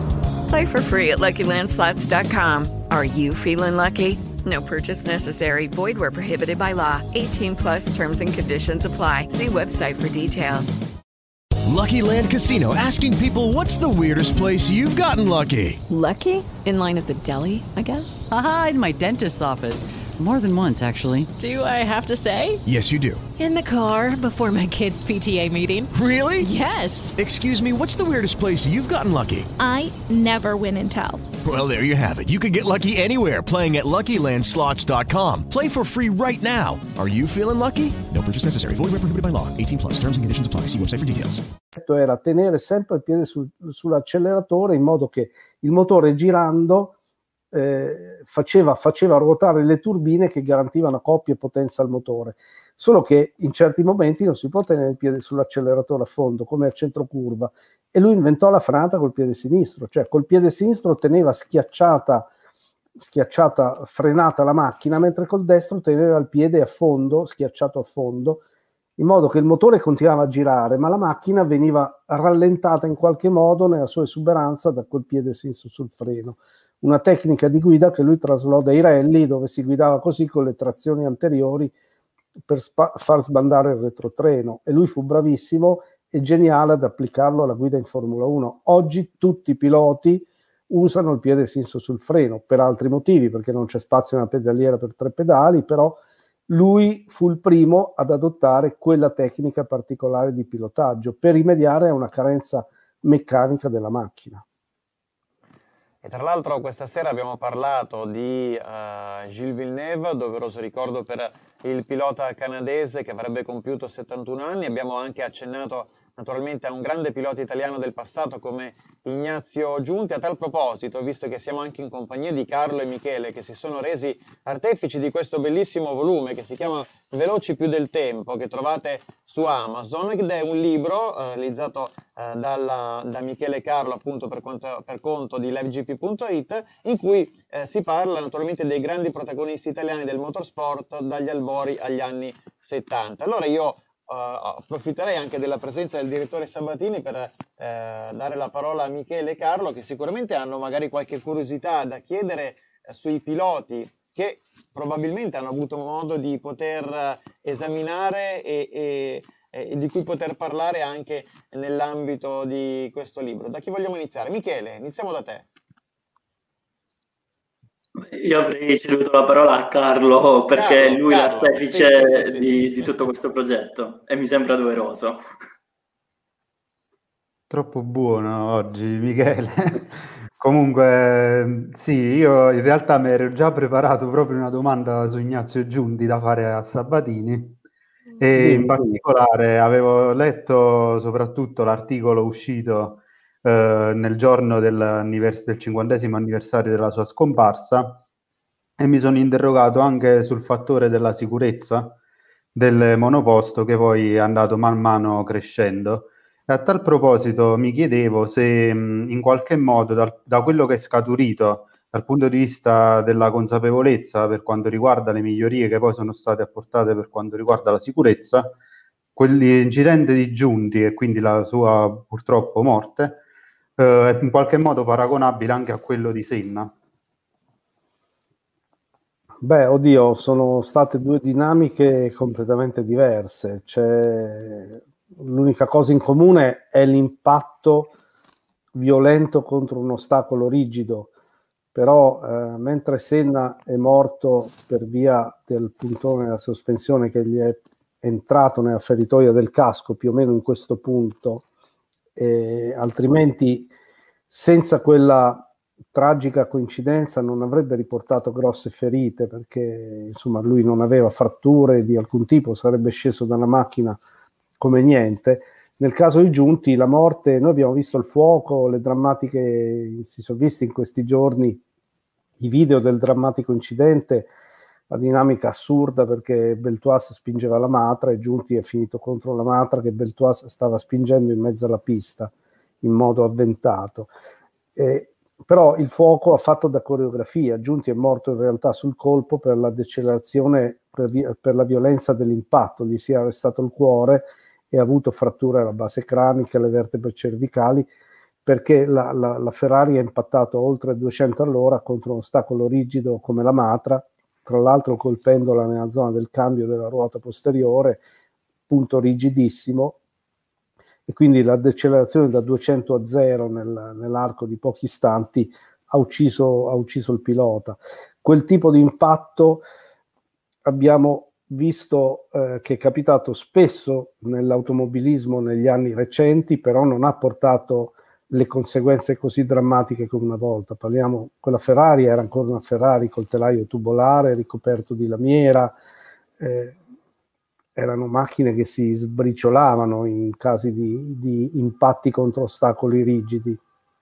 Play for free at Lucky Land Slots dot com. Are you feeling lucky? No purchase necessary. Void where prohibited by law. eighteen plus terms and conditions apply. See website for details. Lucky Land Casino, asking people, what's the weirdest place you've gotten lucky? Lucky? In line at the deli, I guess? Aha, in my dentist's office. More than once, actually. Do I have to say? Yes, you do. In the car before my kids' P T A meeting. Really? Yes. Excuse me, what's the weirdest place you've gotten lucky? I never win and tell. Well, there you have it. You can get lucky anywhere, playing at Lucky Land Slots dot com. Play for free right now. Are you feeling lucky? No purchase necessary. Void where prohibited by law. eighteen plus. Terms and conditions apply. See website for details. Era tenere sempre il piede sul, sull'acceleratore in modo che il motore girando eh, faceva, faceva ruotare le turbine che garantivano coppia e potenza al motore. Solo che in certi momenti non si può tenere il piede sull'acceleratore a fondo, come a centro curva, e lui inventò la frenata col piede sinistro, cioè col piede sinistro teneva schiacciata, schiacciata, frenata la macchina, mentre col destro teneva il piede a fondo, schiacciato a fondo, in modo che il motore continuava a girare, ma la macchina veniva rallentata in qualche modo nella sua esuberanza da quel piede sinistro sul freno. Una tecnica di guida che lui traslò dai rally, dove si guidava così con le trazioni anteriori per spa- far sbandare il retrotreno, e lui fu bravissimo e geniale ad applicarlo alla guida in Formula uno. Oggi tutti i piloti usano il piede sinistro sul freno per altri motivi, perché non c'è spazio nella pedaliera per tre pedali, però lui fu il primo ad adottare quella tecnica particolare di pilotaggio per rimediare a una carenza meccanica della macchina. E tra l'altro questa sera abbiamo parlato di uh, Gilles Villeneuve, doveroso ricordo per il pilota canadese che avrebbe compiuto settantuno anni. Abbiamo anche accennato naturalmente a un grande pilota italiano del passato come Ignazio Giunti. A tal proposito, visto che siamo anche in compagnia di Carlo e Michele, che si sono resi artefici di questo bellissimo volume che si chiama Veloci più del tempo, che trovate su Amazon, ed è un libro eh, realizzato eh, dalla, da Michele e Carlo, appunto per, conto, per conto di live G P punto it, in cui eh, si parla naturalmente dei grandi protagonisti italiani del motorsport dagli albori agli anni settanta. Allora io Uh, approfitterei anche della presenza del direttore Sabatini per uh, dare la parola a Michele e Carlo, che sicuramente hanno magari qualche curiosità da chiedere uh, sui piloti che probabilmente hanno avuto modo di poter uh, esaminare e, e, e di cui poter parlare anche nell'ambito di questo libro. Da chi vogliamo iniziare? Michele, iniziamo da te. Io avrei ceduto la parola a Carlo perché Carlo, lui è Carlo, l'artefice sì, sì, sì, di, sì. di tutto questo progetto e mi sembra doveroso. Troppo buono oggi, Michele. Comunque, sì, io in realtà mi ero già preparato proprio una domanda su Ignazio Giunti da fare a Sabatini, e in particolare avevo letto soprattutto l'articolo uscito eh, nel giorno dell'annivers- del cinquantesimo anniversario della sua scomparsa, e mi sono interrogato anche sul fattore della sicurezza del monoposto, che poi è andato man mano crescendo. E a tal proposito mi chiedevo se mh, in qualche modo dal- da quello che è scaturito dal punto di vista della consapevolezza per quanto riguarda le migliorie che poi sono state apportate per quanto riguarda la sicurezza, quell'incidente di Giunti e quindi la sua purtroppo morte eh, è in qualche modo paragonabile anche a quello di Senna. Beh, oddio, sono state due dinamiche completamente diverse. C'è... L'unica cosa in comune è l'impatto violento contro un ostacolo rigido, però eh, mentre Senna è morto per via del puntone della sospensione che gli è entrato nella feritoia del casco, più o meno in questo punto, eh, altrimenti senza quella tragica coincidenza non avrebbe riportato grosse ferite, perché insomma lui non aveva fratture di alcun tipo, sarebbe sceso dalla macchina come niente. Nel caso di Giunti la morte, noi abbiamo visto il fuoco, le drammatiche, si sono visti in questi giorni i video del drammatico incidente, la dinamica assurda perché Beltoise spingeva la Matra e Giunti è finito contro la Matra che Beltoise stava spingendo in mezzo alla pista in modo avventato. Eh, però il fuoco ha fatto da coreografia. Giunti è morto in realtà sul colpo per la decelerazione, per, vi- per la violenza dell'impatto, gli si è arrestato il cuore e ha avuto fratture alla base cranica, alle vertebre cervicali, perché la, la, la Ferrari ha impattato oltre duecento all'ora contro un ostacolo rigido come la Matra, tra l'altro colpendola nella zona del cambio della ruota posteriore, punto rigidissimo, e quindi la decelerazione da duecento a zero nel, nell'arco di pochi istanti ha ucciso, ha ucciso il pilota. Quel tipo di impatto abbiamo visto eh, che è capitato spesso nell'automobilismo negli anni recenti, però non ha portato le conseguenze così drammatiche come una volta. Parliamo, quella Ferrari era ancora una Ferrari col telaio tubolare ricoperto di lamiera, eh, erano macchine che si sbriciolavano in casi di, di impatti contro ostacoli rigidi.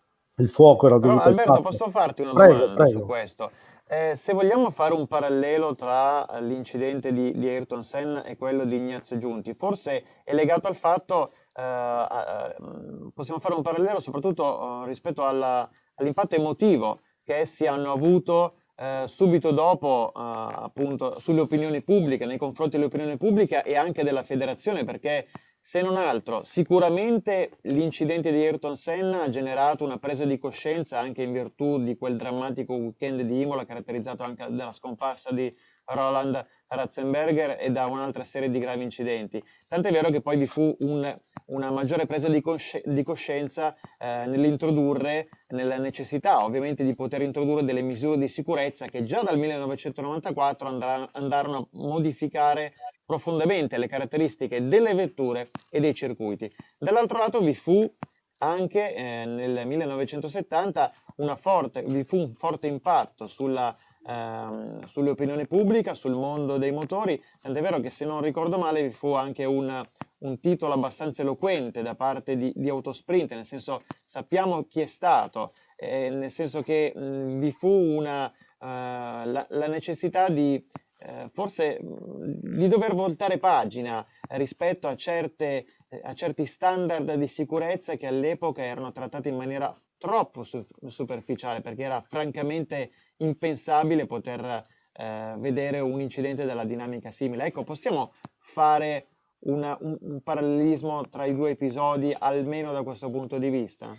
Il fuoco era dovuto Però, al Alberto, fatto... posso farti una Prego, domanda prego. su questo? Eh, se vogliamo fare un parallelo tra l'incidente di, di Ayrton Senna e quello di Ignazio Giunti, forse è legato al fatto, eh, a- possiamo fare un parallelo soprattutto eh, rispetto alla- all'impatto emotivo che essi hanno avuto eh, subito dopo, eh, appunto, sulle opinioni pubbliche, nei confronti dell'opinione pubblica e anche della federazione, perché se non altro, sicuramente l'incidente di Ayrton Senna ha generato una presa di coscienza anche in virtù di quel drammatico weekend di Imola, caratterizzato anche dalla scomparsa di Roland Ratzenberger e da un'altra serie di gravi incidenti. Tant'è vero che poi vi fu un- una maggiore presa di, cosci- di coscienza eh, nell'introdurre, nella necessità ovviamente di poter introdurre delle misure di sicurezza che già dal millenovecentonovantaquattro andra- andarono a modificare profondamente le caratteristiche delle vetture e dei circuiti. Dall'altro lato vi fu anche eh, nel millenovecentosettanta una forte, vi fu un forte impatto sulla, ehm, sull'opinione pubblica, sul mondo dei motori, tant'è vero che se non ricordo male vi fu anche un, un titolo abbastanza eloquente da parte di, di Autosprint, nel senso sappiamo chi è stato, eh, nel senso che mh, vi fu una, eh, la, la necessità di eh, forse mh, di dover voltare pagina rispetto a, certe, eh, a certi standard di sicurezza che all'epoca erano trattati in maniera troppo su- superficiale, perché era francamente impensabile poter eh, vedere un incidente della dinamica simile. Ecco, possiamo fare una- un, un parallelismo tra i due episodi, almeno da questo punto di vista?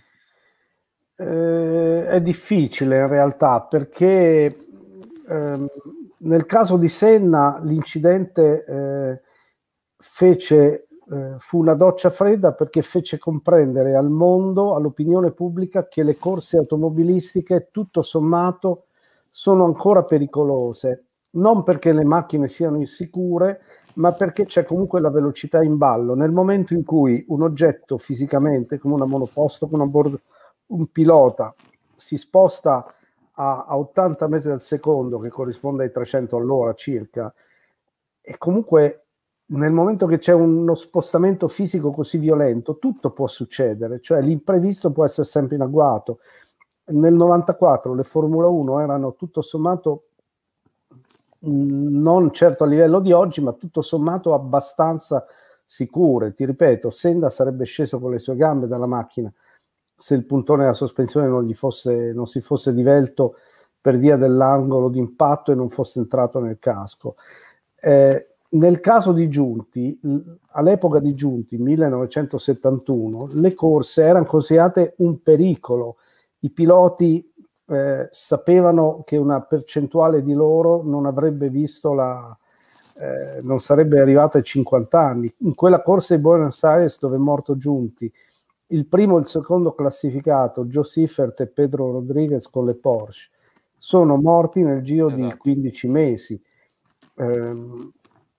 Eh, è difficile in realtà perché ehm, nel caso di Senna l'incidente eh, fece, eh, fu una doccia fredda perché fece comprendere al mondo, all'opinione pubblica, che le corse automobilistiche tutto sommato sono ancora pericolose, non perché le macchine siano insicure, ma perché c'è comunque la velocità in ballo. Nel momento in cui un oggetto fisicamente, come una monoposto, come una bordo, un pilota, si sposta a, a ottanta metri al secondo, che corrisponde ai trecento all'ora circa, e comunque nel momento che c'è uno spostamento fisico così violento, tutto può succedere, cioè l'imprevisto può essere sempre in agguato. Nel novantaquattro le Formula uno erano tutto sommato, mh, non certo a livello di oggi, ma tutto sommato abbastanza sicure. Ti ripeto, Senna sarebbe sceso con le sue gambe dalla macchina se il puntone della sospensione non gli fosse, non si fosse divelto per via dell'angolo di impatto e non fosse entrato nel casco. Eh, nel caso di Giunti, all'epoca di Giunti, millenovecentosettantuno, le corse erano considerate un pericolo. I piloti eh, sapevano che una percentuale di loro non avrebbe visto la, eh, non sarebbe arrivata ai cinquanta anni. In quella corsa di Buenos Aires dove è morto Giunti, il primo e il secondo classificato, Joe Seifert e Pedro Rodriguez con le Porsche, sono morti nel giro Esatto. di quindici mesi. Ehm,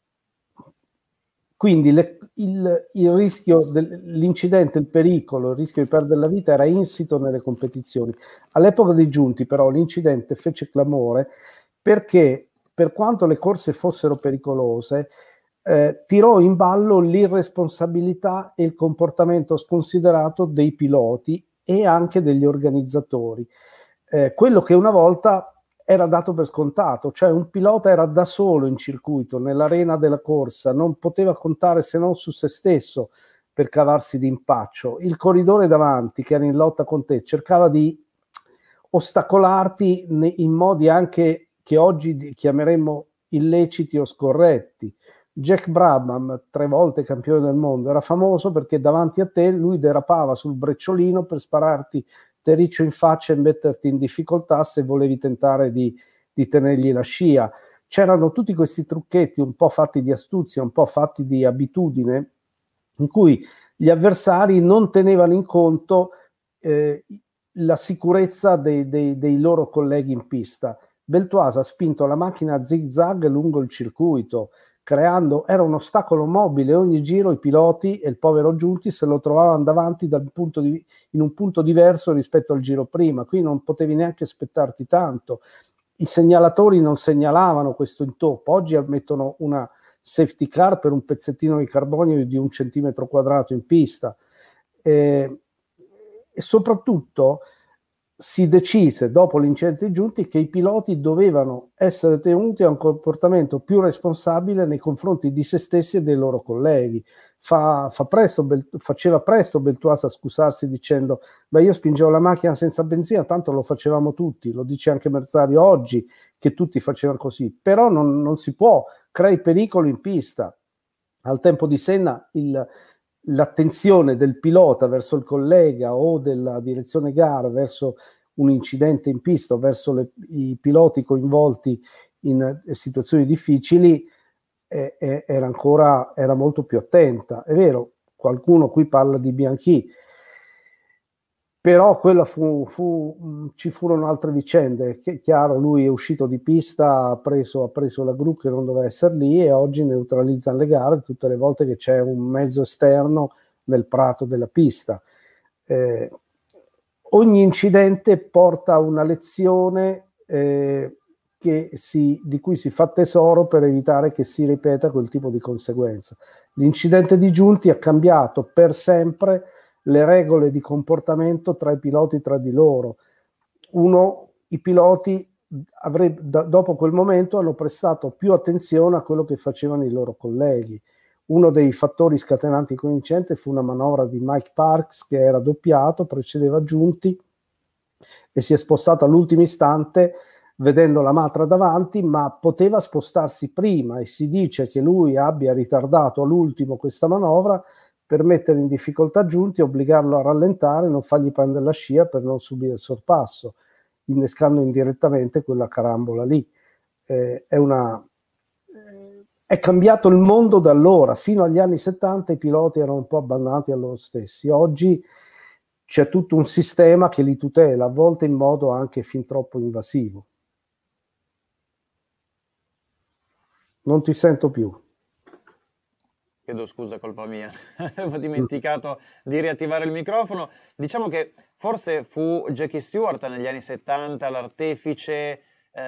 quindi le, il, il rischio dell'incidente, il pericolo, il rischio di perdere la vita era insito nelle competizioni. All'epoca dei Giunti però l'incidente fece clamore perché, per quanto le corse fossero pericolose, eh, tirò in ballo l'irresponsabilità e il comportamento sconsiderato dei piloti e anche degli organizzatori. Eh, quello che una volta era dato per scontato, cioè un pilota era da solo in circuito, nell'arena della corsa, non poteva contare se non su se stesso per cavarsi d'impaccio. Il corridore davanti, che era in lotta con te, cercava di ostacolarti in modi anche che oggi chiameremmo illeciti o scorretti. Jack Brabham, tre volte campione del mondo, era famoso perché davanti a te lui derapava sul brecciolino per spararti terriccio in faccia e metterti in difficoltà se volevi tentare di, di tenergli la scia. C'erano tutti questi trucchetti un po' fatti di astuzia, un po' fatti di abitudine, in cui gli avversari non tenevano in conto eh, la sicurezza dei, dei, dei loro colleghi in pista. Beltoise ha spinto la macchina a zig-zag lungo il circuito, creando, era un ostacolo mobile, ogni giro i piloti e il povero Giunti se lo trovavano davanti dal punto di, in un punto diverso rispetto al giro prima, qui non potevi neanche aspettarti tanto, i segnalatori non segnalavano questo intoppo, oggi mettono una safety car per un pezzettino di carbonio di un centimetro quadrato in pista, e, e soprattutto si decise dopo l'incidente Giunti che i piloti dovevano essere tenuti a un comportamento più responsabile nei confronti di se stessi e dei loro colleghi. Fa, fa presto, faceva presto Beltoise a scusarsi dicendo: beh, io spingevo la macchina senza benzina, tanto lo facevamo tutti, lo dice anche Merzario oggi che tutti facevano così, però non, non si può, crei pericolo in pista. Al tempo di Senna il l'attenzione del pilota verso il collega o della direzione gara verso un incidente in pista o verso le, i piloti coinvolti in situazioni difficili eh, eh, era ancora era molto più attenta. È vero, qualcuno qui parla di Bianchi, però quella fu, fu ci furono altre vicende. Che, chiaro, lui è uscito di pista, ha preso, ha preso la gru che non doveva essere lì e oggi neutralizzano le gare tutte le volte che c'è un mezzo esterno nel prato della pista. Eh, ogni incidente porta a una lezione eh, che si, di cui si fa tesoro per evitare che si ripeta quel tipo di conseguenza. L'incidente di Giunti ha cambiato per sempre le regole di comportamento tra i piloti tra di loro. Uno, i piloti avrebbe, da, dopo quel momento hanno prestato più attenzione a quello che facevano i loro colleghi. Uno dei fattori scatenanti l'incidente fu una manovra di Mike Parks che era doppiato, precedeva Giunti e si è spostato all'ultimo istante vedendo la matra davanti, ma poteva spostarsi prima e si dice che lui abbia ritardato all'ultimo questa manovra per mettere in difficoltà Giunti, obbligarlo a rallentare, non fargli prendere la scia per non subire il sorpasso, innescando indirettamente quella carambola lì. Eh, è, una, eh, è cambiato il mondo da allora. Fino agli anni settanta i piloti erano un po' abbandonati a loro stessi. Oggi c'è tutto un sistema che li tutela, a volte in modo anche fin troppo invasivo. Non ti sento più. Chiedo scusa, colpa mia, avevo dimenticato di riattivare il microfono. Diciamo che forse fu Jackie Stewart negli anni settanta l'artefice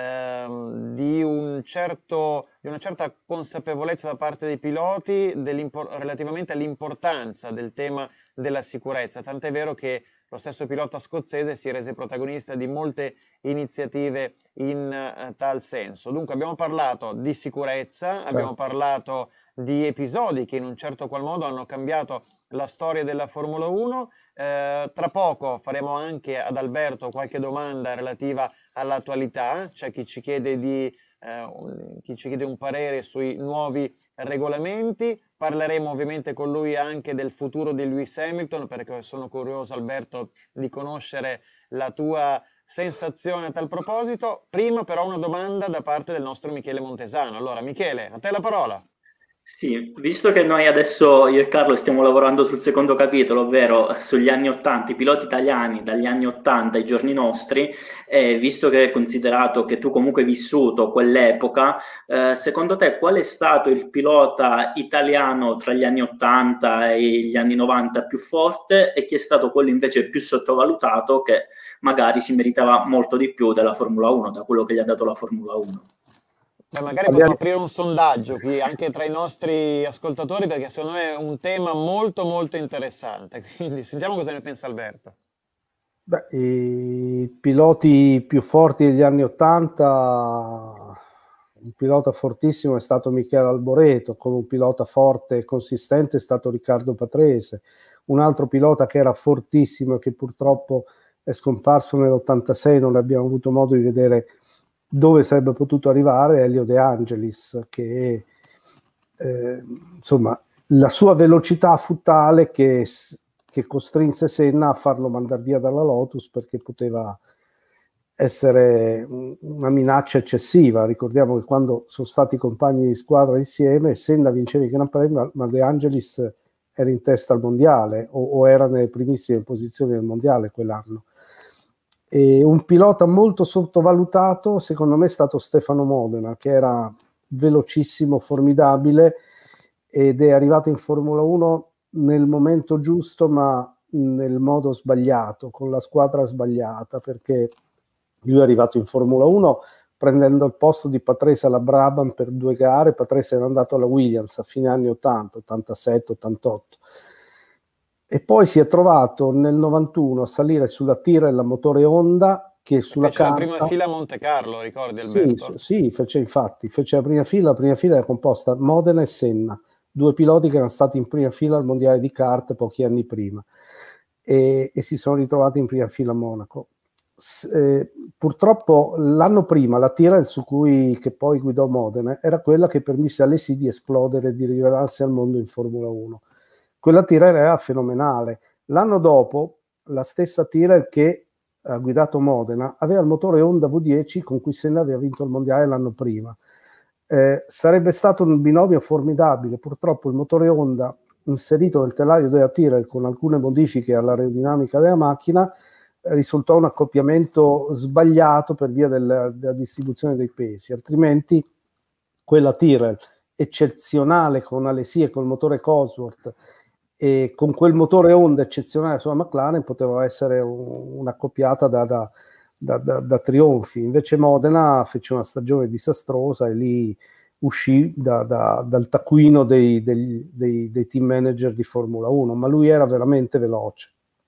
ehm, di, un certo, di una certa consapevolezza da parte dei piloti relativamente all'importanza del tema della sicurezza, tant'è vero che lo stesso pilota scozzese si rese protagonista di molte iniziative in uh, tal senso. Dunque abbiamo parlato di sicurezza, certo. Abbiamo parlato di episodi che in un certo qual modo hanno cambiato la storia della Formula uno. Eh, tra poco faremo anche ad Alberto qualche domanda relativa all'attualità. C'è chi ci chiede di eh, un, chi ci chiede un parere sui nuovi regolamenti. Parleremo ovviamente con lui anche del futuro di Lewis Hamilton, perché sono curioso, Alberto, di conoscere la tua sensazione a tal proposito. Prima però una domanda da parte del nostro Michele Montesano. Allora Michele, a te la parola. Sì, visto che noi adesso, io e Carlo, stiamo lavorando sul secondo capitolo, ovvero sugli anni ottanta, i piloti italiani dagli anni ottanta ai giorni nostri, e visto che è considerato che tu comunque hai vissuto quell'epoca, eh, secondo te qual è stato il pilota italiano tra gli anni ottanta e gli anni novanta più forte e chi è stato quello invece più sottovalutato che magari si meritava molto di più della Formula uno, da quello che gli ha dato la Formula uno? Beh, magari possiamo aprire un sondaggio qui anche tra i nostri ascoltatori, perché secondo me è un tema molto molto interessante, quindi sentiamo cosa ne pensa Alberto. Beh, i piloti più forti degli anni ottanta, un pilota fortissimo è stato Michele Alboreto, come un pilota forte e consistente è stato Riccardo Patrese, un altro pilota che era fortissimo e che purtroppo è scomparso nell'ottantasei, non abbiamo avuto modo di vedere dove sarebbe potuto arrivare, Elio De Angelis, che eh, insomma, la sua velocità fu tale che, che costrinse Senna a farlo mandare via dalla Lotus, perché poteva essere una minaccia eccessiva. Ricordiamo che quando sono stati compagni di squadra insieme, Senna vinceva i Gran Premi, ma De Angelis era in testa al mondiale o, o era nelle primissime posizioni del mondiale quell'anno. E un pilota molto sottovalutato secondo me è stato Stefano Modena, che era velocissimo, formidabile, ed è arrivato in Formula uno nel momento giusto ma nel modo sbagliato, con la squadra sbagliata, perché lui è arrivato in Formula uno prendendo il posto di Patrese alla Brabham per due gare. Patrese era andato alla Williams a fine anni ottanta, ottantasette, ottantotto, e poi si è trovato nel novantuno a salire sulla Tyrrell a motore Honda, che sulla fece carta... la prima fila a Monte Carlo, ricordi Alberto? Sì, sì, fece infatti, fece la prima fila, la prima fila era composta Modena e Senna, due piloti che erano stati in prima fila al mondiale di kart pochi anni prima, e, e si sono ritrovati in prima fila a Monaco. S- eh, purtroppo l'anno prima la Tyrrell, su cui che poi guidò Modena, era quella che permise alle sì di esplodere e di rivelarsi al mondo in Formula uno. Quella Tyrrell era fenomenale. L'anno dopo la stessa Tyrrell che ha guidato Modena aveva il motore Honda V dieci con cui Senna aveva vinto il mondiale l'anno prima. Eh, sarebbe stato un binomio formidabile. Purtroppo il motore Honda inserito nel telaio della Tyrrell con alcune modifiche all'aerodinamica della macchina eh, risultò un accoppiamento sbagliato per via del, della distribuzione dei pesi, altrimenti quella Tyrrell eccezionale con Alesi e col motore Cosworth e con quel motore Honda eccezionale sulla McLaren poteva essere un, un'accoppiata da, da, da, da, da trionfi. Invece Modena fece una stagione disastrosa e lì uscì da, da, dal taccuino dei, dei, dei, dei team manager di Formula uno, ma lui era veramente veloce.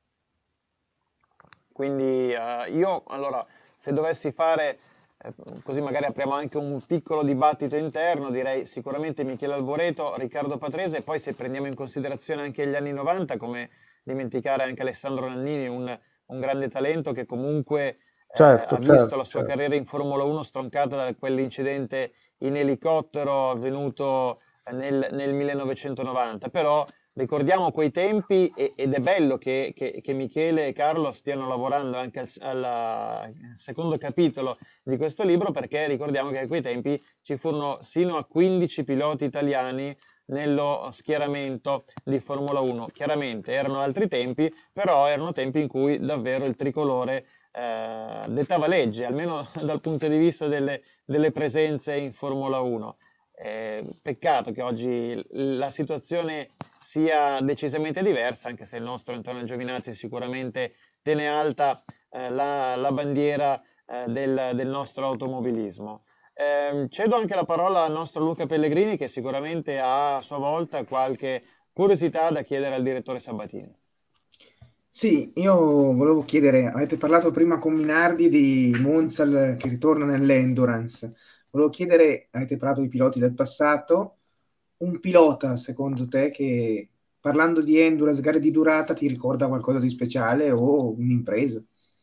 Quindi uh, io, allora, se dovessi fare, eh, così magari apriamo anche un piccolo dibattito interno, direi sicuramente Michele Alboreto, Riccardo Patrese, e poi se prendiamo in considerazione anche gli anni novanta, come dimenticare anche Alessandro Nannini, un, un grande talento che comunque certo, eh, ha visto certo, la sua certo. carriera in Formula uno stroncata da quell'incidente in elicottero avvenuto nel, nel millenovecentonovanta, però ricordiamo quei tempi e, ed è bello che, che, che Michele e Carlo stiano lavorando anche al, al, al secondo capitolo di questo libro, perché ricordiamo che a quei tempi ci furono sino a quindici piloti italiani nello schieramento di Formula uno. Chiaramente erano altri tempi, però erano tempi in cui davvero il tricolore eh, dettava legge, almeno dal punto di vista delle, delle presenze in Formula uno. Eh, peccato che oggi la situazione sia decisamente diversa, anche se il nostro Antonio Giovinazzi sicuramente tiene alta eh, la, la bandiera eh, del, del nostro automobilismo. Eh, cedo anche la parola al nostro Luca Pellegrini, che sicuramente ha a sua volta qualche curiosità da chiedere al direttore Sabatini. Sì, io volevo chiedere, avete parlato prima con Minardi di Monza che ritorna nell'endurance, volevo chiedere, avete parlato di piloti del passato, un pilota secondo te che parlando di endurance, gare di durata, ti ricorda qualcosa di speciale o un'impresa?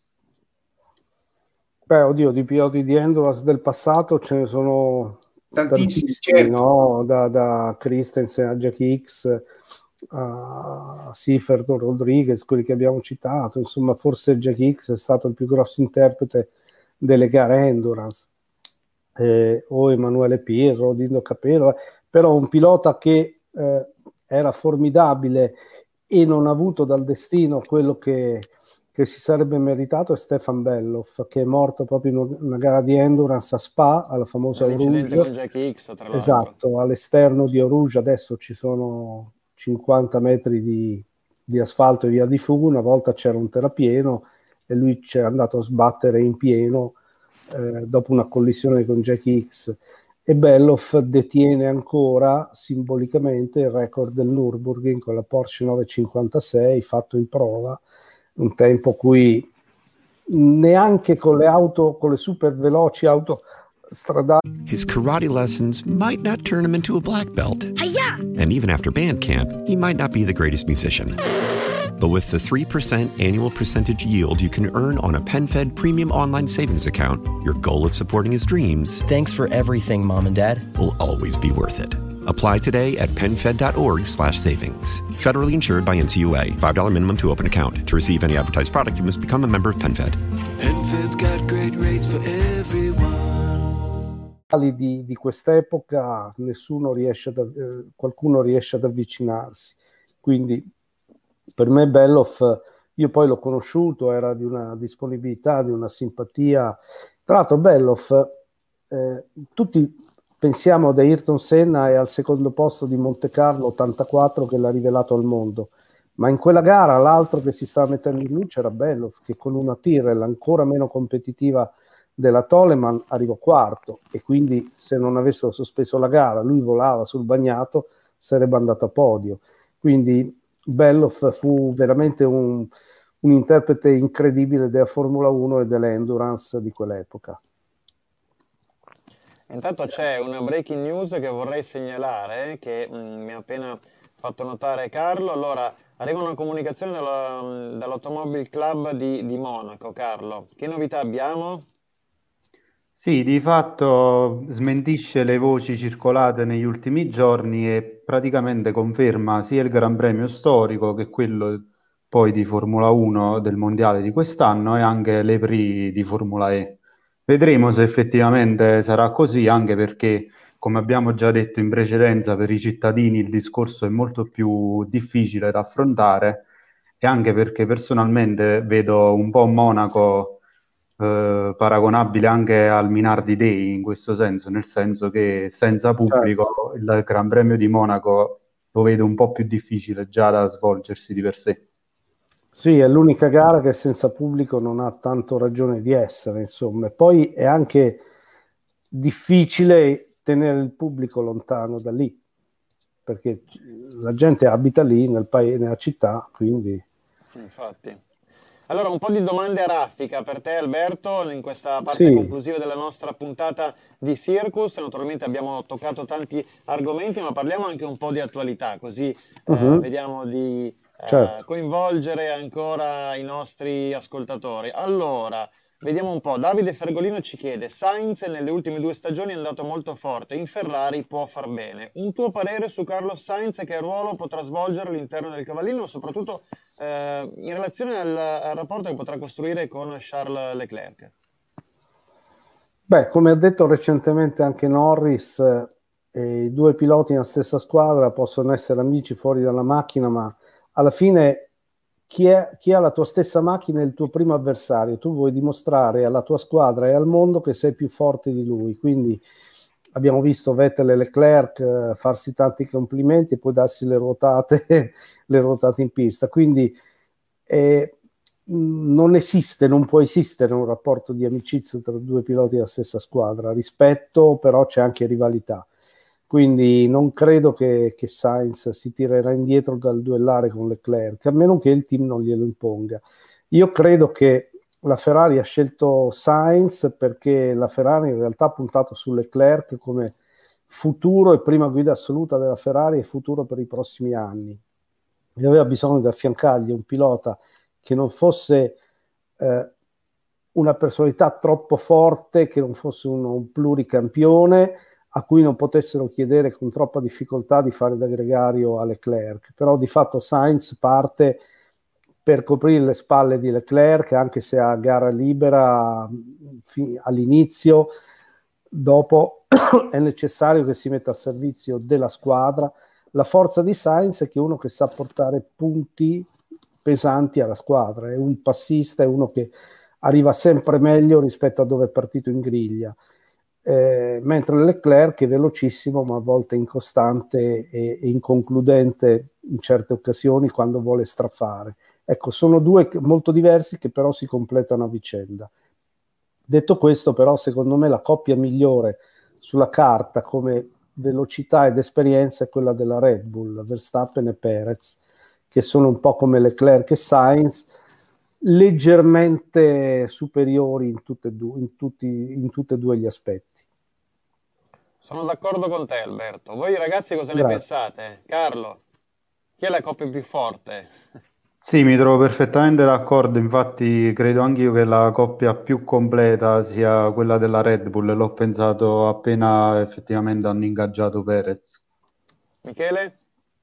Beh, oddio, di piloti di endurance del passato ce ne sono tantissimi, tantissimi, certo. no? Da, da Christensen a Jack X a Seifert, Rodriguez, quelli che abbiamo citato, insomma forse Jack X è stato il più grosso interprete delle gare endurance, eh, o Emanuele Pirro, o Dino Capello, però un pilota che eh, era formidabile e non ha avuto dal destino quello che, che si sarebbe meritato è Stefan Bellof, che è morto proprio in una gara di endurance a Spa, alla famosa Eau Rouge. Con Jack X, tra l'altro. Esatto, all'esterno di Eau Rouge adesso ci sono cinquanta metri di, di asfalto e via di fuga, una volta c'era un terrapieno e lui c'è andato a sbattere in pieno eh, dopo una collisione con Jack X. E Bellof detiene ancora simbolicamente il record del Nürburgring con la Porsche novecentocinquantasei fatto in prova, un tempo cui neanche con le auto, con le super veloci auto stradali. His karate lessons might not turn him into a black belt. Hi-ya! And even after band camp, he might not be the greatest musician. But with the three percent annual percentage yield you can earn on a PenFed premium online savings account, your goal of supporting his dreams... Thanks for everything, Mom and Dad. ...will always be worth it. Apply today at penfed.org slash savings. Federally insured by N C U A. five dollars minimum to open account. To receive any advertised product, you must become a member of PenFed. PenFed's got great rates for everyone. Di, di quest'epoca nessuno riesce ad, eh, qualcuno riesce ad avvicinarsi. Quindi per me Bellof, io poi l'ho conosciuto, era di una disponibilità, di una simpatia. Tra l'altro Bellof, eh, tutti pensiamo ad Ayrton Senna e al secondo posto di Monte Carlo ottantaquattro che l'ha rivelato al mondo, ma in quella gara l'altro che si stava mettendo in luce era Bellof, che con una Tyrrell ancora meno competitiva della Toleman arrivò quarto, e quindi se non avessero sospeso la gara, lui volava sul bagnato, sarebbe andato a podio. Quindi Bellof fu veramente un, un interprete incredibile della Formula uno e dell'endurance di quell'epoca. Intanto c'è una breaking news che vorrei segnalare, che mh, mi ha appena fatto notare Carlo. Allora, arriva una comunicazione dalla, dall'Automobile Club di, di Monaco. Carlo, che novità abbiamo? Sì, di fatto smentisce le voci circolate negli ultimi giorni e praticamente conferma sia il Gran Premio storico che quello poi di Formula uno del Mondiale di quest'anno e anche le Prix di Formula E. Vedremo se effettivamente sarà così, anche perché, come abbiamo già detto in precedenza, per i cittadini il discorso è molto più difficile da affrontare, e anche perché personalmente vedo un po' Monaco eh, paragonabile anche al Minardi Day in questo senso, nel senso che senza pubblico certo. Il Gran Premio di Monaco lo vedo un po' più difficile già da svolgersi di per sé. Sì, è l'unica gara che senza pubblico non ha tanto ragione di essere, insomma. E poi è anche difficile tenere il pubblico lontano da lì, perché la gente abita lì, nel paese, nella città, quindi... Infatti. Allora, un po' di domande a raffica per te, Alberto, in questa parte Sì. conclusiva della nostra puntata di Circus. Naturalmente abbiamo toccato tanti argomenti, ma parliamo anche un po' di attualità, così Uh-huh. eh, vediamo di... Certo. Uh, coinvolgere ancora i nostri ascoltatori. Allora, vediamo un po'. Davide Fergolino ci chiede: Sainz nelle ultime due stagioni è andato molto forte, in Ferrari può far bene. Un tuo parere su Carlos Sainz e che ruolo potrà svolgere all'interno del cavallino, soprattutto eh, in relazione al, al rapporto che potrà costruire con Charles Leclerc? Beh, come ha detto recentemente anche Norris, eh, i due piloti nella stessa squadra possono essere amici fuori dalla macchina, ma alla fine chi, è, chi ha la tua stessa macchina è il tuo primo avversario. Tu vuoi dimostrare alla tua squadra e al mondo che sei più forte di lui. Quindi abbiamo visto Vettel e Leclerc eh, farsi tanti complimenti e poi darsi le ruotate, le ruotate in pista. Quindi eh, non esiste, non può esistere un rapporto di amicizia tra due piloti della stessa squadra. Rispetto, però c'è anche rivalità. Quindi non credo che, che Sainz si tirerà indietro dal duellare con Leclerc, a meno che il team non glielo imponga. Io credo che la Ferrari ha scelto Sainz perché la Ferrari in realtà ha puntato su Leclerc come futuro e prima guida assoluta della Ferrari e futuro per i prossimi anni. E aveva bisogno di affiancargli un pilota che non fosse eh, una personalità troppo forte, che non fosse uno, un pluricampione, a cui non potessero chiedere con troppa difficoltà di fare da gregario a Leclerc. Però di fatto Sainz parte per coprire le spalle di Leclerc, anche se a gara libera all'inizio. Dopo è necessario che si metta al servizio della squadra. La forza di Sainz è che è uno che sa portare punti pesanti alla squadra, è un passista, è uno che arriva sempre meglio rispetto a dove è partito in griglia. Eh, mentre Leclerc è velocissimo ma a volte incostante e, e inconcludente in certe occasioni quando vuole strafare. Ecco, sono due molto diversi che però si completano a vicenda. Detto questo, però, secondo me la coppia migliore sulla carta come velocità ed esperienza è quella della Red Bull, Verstappen e Perez, che sono un po' come Leclerc e Sainz, leggermente superiori in tutte e due, in tutti, in tutti e due gli aspetti. Sono d'accordo con te, Alberto. Voi ragazzi cosa ne Grazie. pensate? Carlo, chi è la coppia più forte? Sì, mi trovo perfettamente d'accordo, infatti credo anch'io che la coppia più completa sia quella della Red Bull, l'ho pensato appena effettivamente hanno ingaggiato Perez. Michele?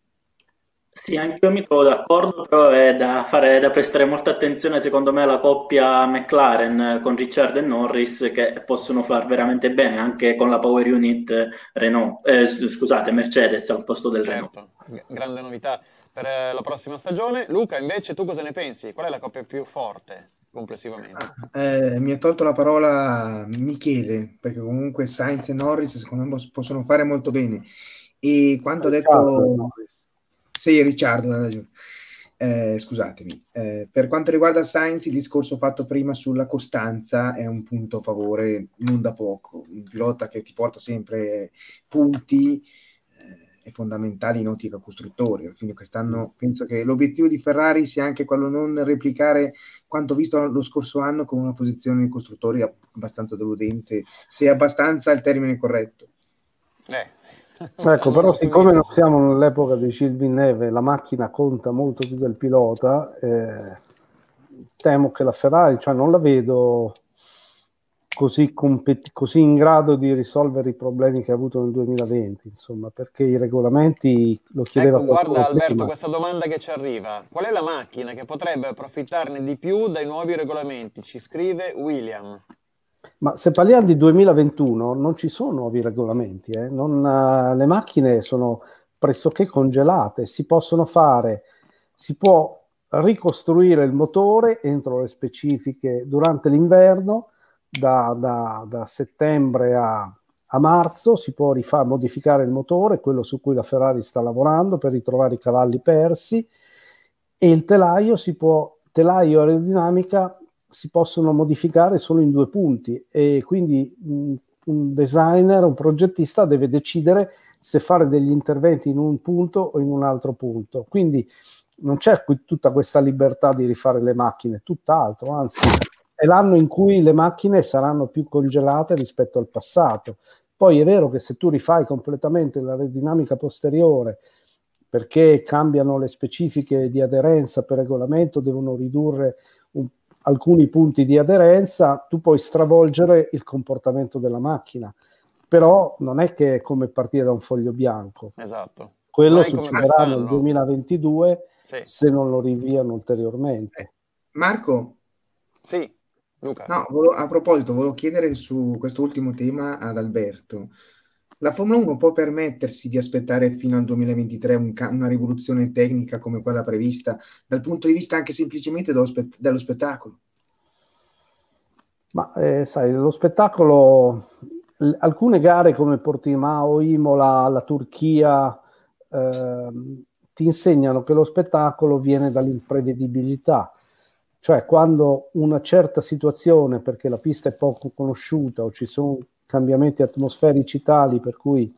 Sì, anche io mi trovo d'accordo, però è da fare, da prestare molta attenzione secondo me alla coppia McLaren con Ricciardo e Norris, che possono far veramente bene anche con la power unit Renault, eh, scusate, Mercedes al posto del Renault. Certo, grande novità per eh, la prossima stagione. Luca, invece tu cosa ne pensi? Qual è la coppia più forte complessivamente? Eh, mi ha tolto la parola Michele, perché comunque Sainz e Norris secondo me possono fare molto bene. E quando ho detto... Sì, Ricciardo, ha ragione. Eh, scusatemi. Eh, per quanto riguarda Sainz, il discorso fatto prima sulla costanza è un punto a favore non da poco. Un pilota che ti porta sempre punti eh, è fondamentale in ottica costruttori. Fino a quest'anno penso che l'obiettivo di Ferrari sia anche quello non replicare quanto visto lo scorso anno con una posizione di costruttori abbastanza deludente, se abbastanza è il termine corretto. Eh. Ecco, però siccome non siamo nell'epoca di Gilles Villeneuve, la macchina conta molto più del pilota, eh, temo che la Ferrari, cioè non la vedo così, compet- così in grado di risolvere i problemi che ha avuto nel duemilaventi, insomma, perché i regolamenti lo chiedeva ecco, guarda Alberto, prima. Questa domanda che ci arriva: qual è la macchina che potrebbe approfittarne di più dai nuovi regolamenti? Ci scrive William. Ma se parliamo di duemilaventuno non ci sono nuovi regolamenti, eh? non, uh, le macchine sono pressoché congelate, si possono fare, si può ricostruire il motore entro le specifiche durante l'inverno, da, da, da settembre a, a marzo si può rifare, modificare il motore, quello su cui la Ferrari sta lavorando per ritrovare i cavalli persi, e il telaio si può, telaio e aerodinamica si possono modificare solo in due punti, e quindi mh, un designer, un progettista deve decidere se fare degli interventi in un punto o in un altro punto. Quindi non c'è qui tutta questa libertà di rifare le macchine, tutt'altro, anzi è l'anno in cui le macchine saranno più congelate rispetto al passato. Poi è vero che se tu rifai completamente l'aerodinamica posteriore perché cambiano le specifiche di aderenza per regolamento, devono ridurre un alcuni punti di aderenza, tu puoi stravolgere il comportamento della macchina, però non è che è come partire da un foglio bianco. Esatto. Quello succederà nel duemilaventidue, sì, se non lo rinviano ulteriormente. Marco? Sì, Luca. No, volevo, a proposito, volevo chiedere su questo ultimo tema ad Alberto. La Formula uno può permettersi di aspettare fino al duemilaventitré un ca- una rivoluzione tecnica come quella prevista, dal punto di vista anche semplicemente dello, spe- dello spettacolo? Ma eh, sai, lo spettacolo, l- alcune gare come Portimao, Imola, la Turchia, eh, ti insegnano che lo spettacolo viene dall'imprevedibilità. Cioè quando una certa situazione, perché la pista è poco conosciuta o ci sono cambiamenti atmosferici tali per cui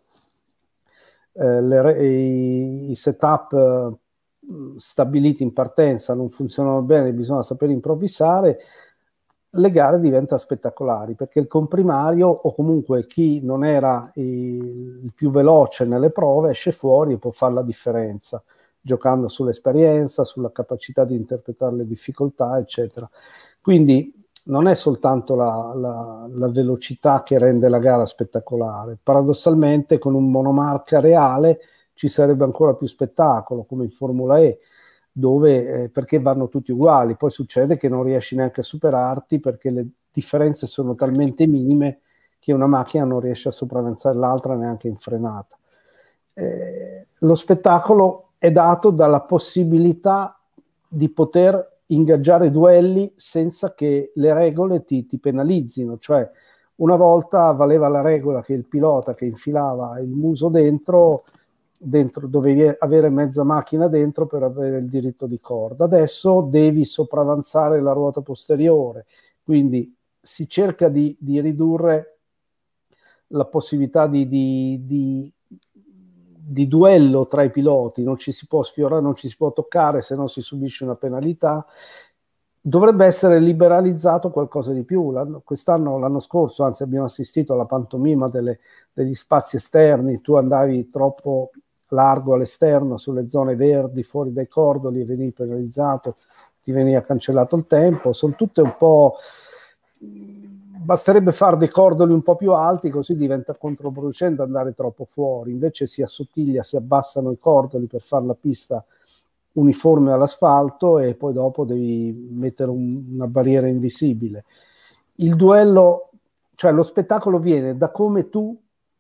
eh, le, i, i setup eh, stabiliti in partenza non funzionano bene, bisogna sapere improvvisare, le gare diventano spettacolari, perché il comprimario o comunque chi non era il, il più veloce nelle prove esce fuori e può fare la differenza, giocando sull'esperienza, sulla capacità di interpretare le difficoltà, eccetera. Quindi non è soltanto la, la, la velocità che rende la gara spettacolare. Paradossalmente con un monomarca reale ci sarebbe ancora più spettacolo, come in Formula E, dove, eh, perché vanno tutti uguali. Poi succede che non riesci neanche a superarti perché le differenze sono talmente minime che una macchina non riesce a sopravanzare l'altra neanche in frenata. Eh, lo spettacolo è dato dalla possibilità di poter ingaggiare duelli senza che le regole ti, ti penalizzino. Cioè una volta valeva la regola che il pilota che infilava il muso dentro, dentro dovevi avere mezza macchina dentro per avere il diritto di corda, adesso devi sopravanzare la ruota posteriore, quindi si cerca di, di ridurre la possibilità di, di, di di duello tra i piloti, non ci si può sfiorare, non ci si può toccare, se no si subisce una penalità. Dovrebbe essere liberalizzato qualcosa di più. L'anno, quest'anno, l'anno scorso, anzi, abbiamo assistito alla pantomima delle, degli spazi esterni, tu andavi troppo largo all'esterno, sulle zone verdi, fuori dai cordoli, e venivi penalizzato, ti veniva cancellato il tempo. Sono tutte un po' basterebbe fare dei cordoli un po' più alti, così diventa controproducente andare troppo fuori. Invece si assottiglia, si abbassano i cordoli per fare la pista uniforme all'asfalto e poi dopo devi mettere un, una barriera invisibile. Il duello, cioè lo spettacolo viene da come tu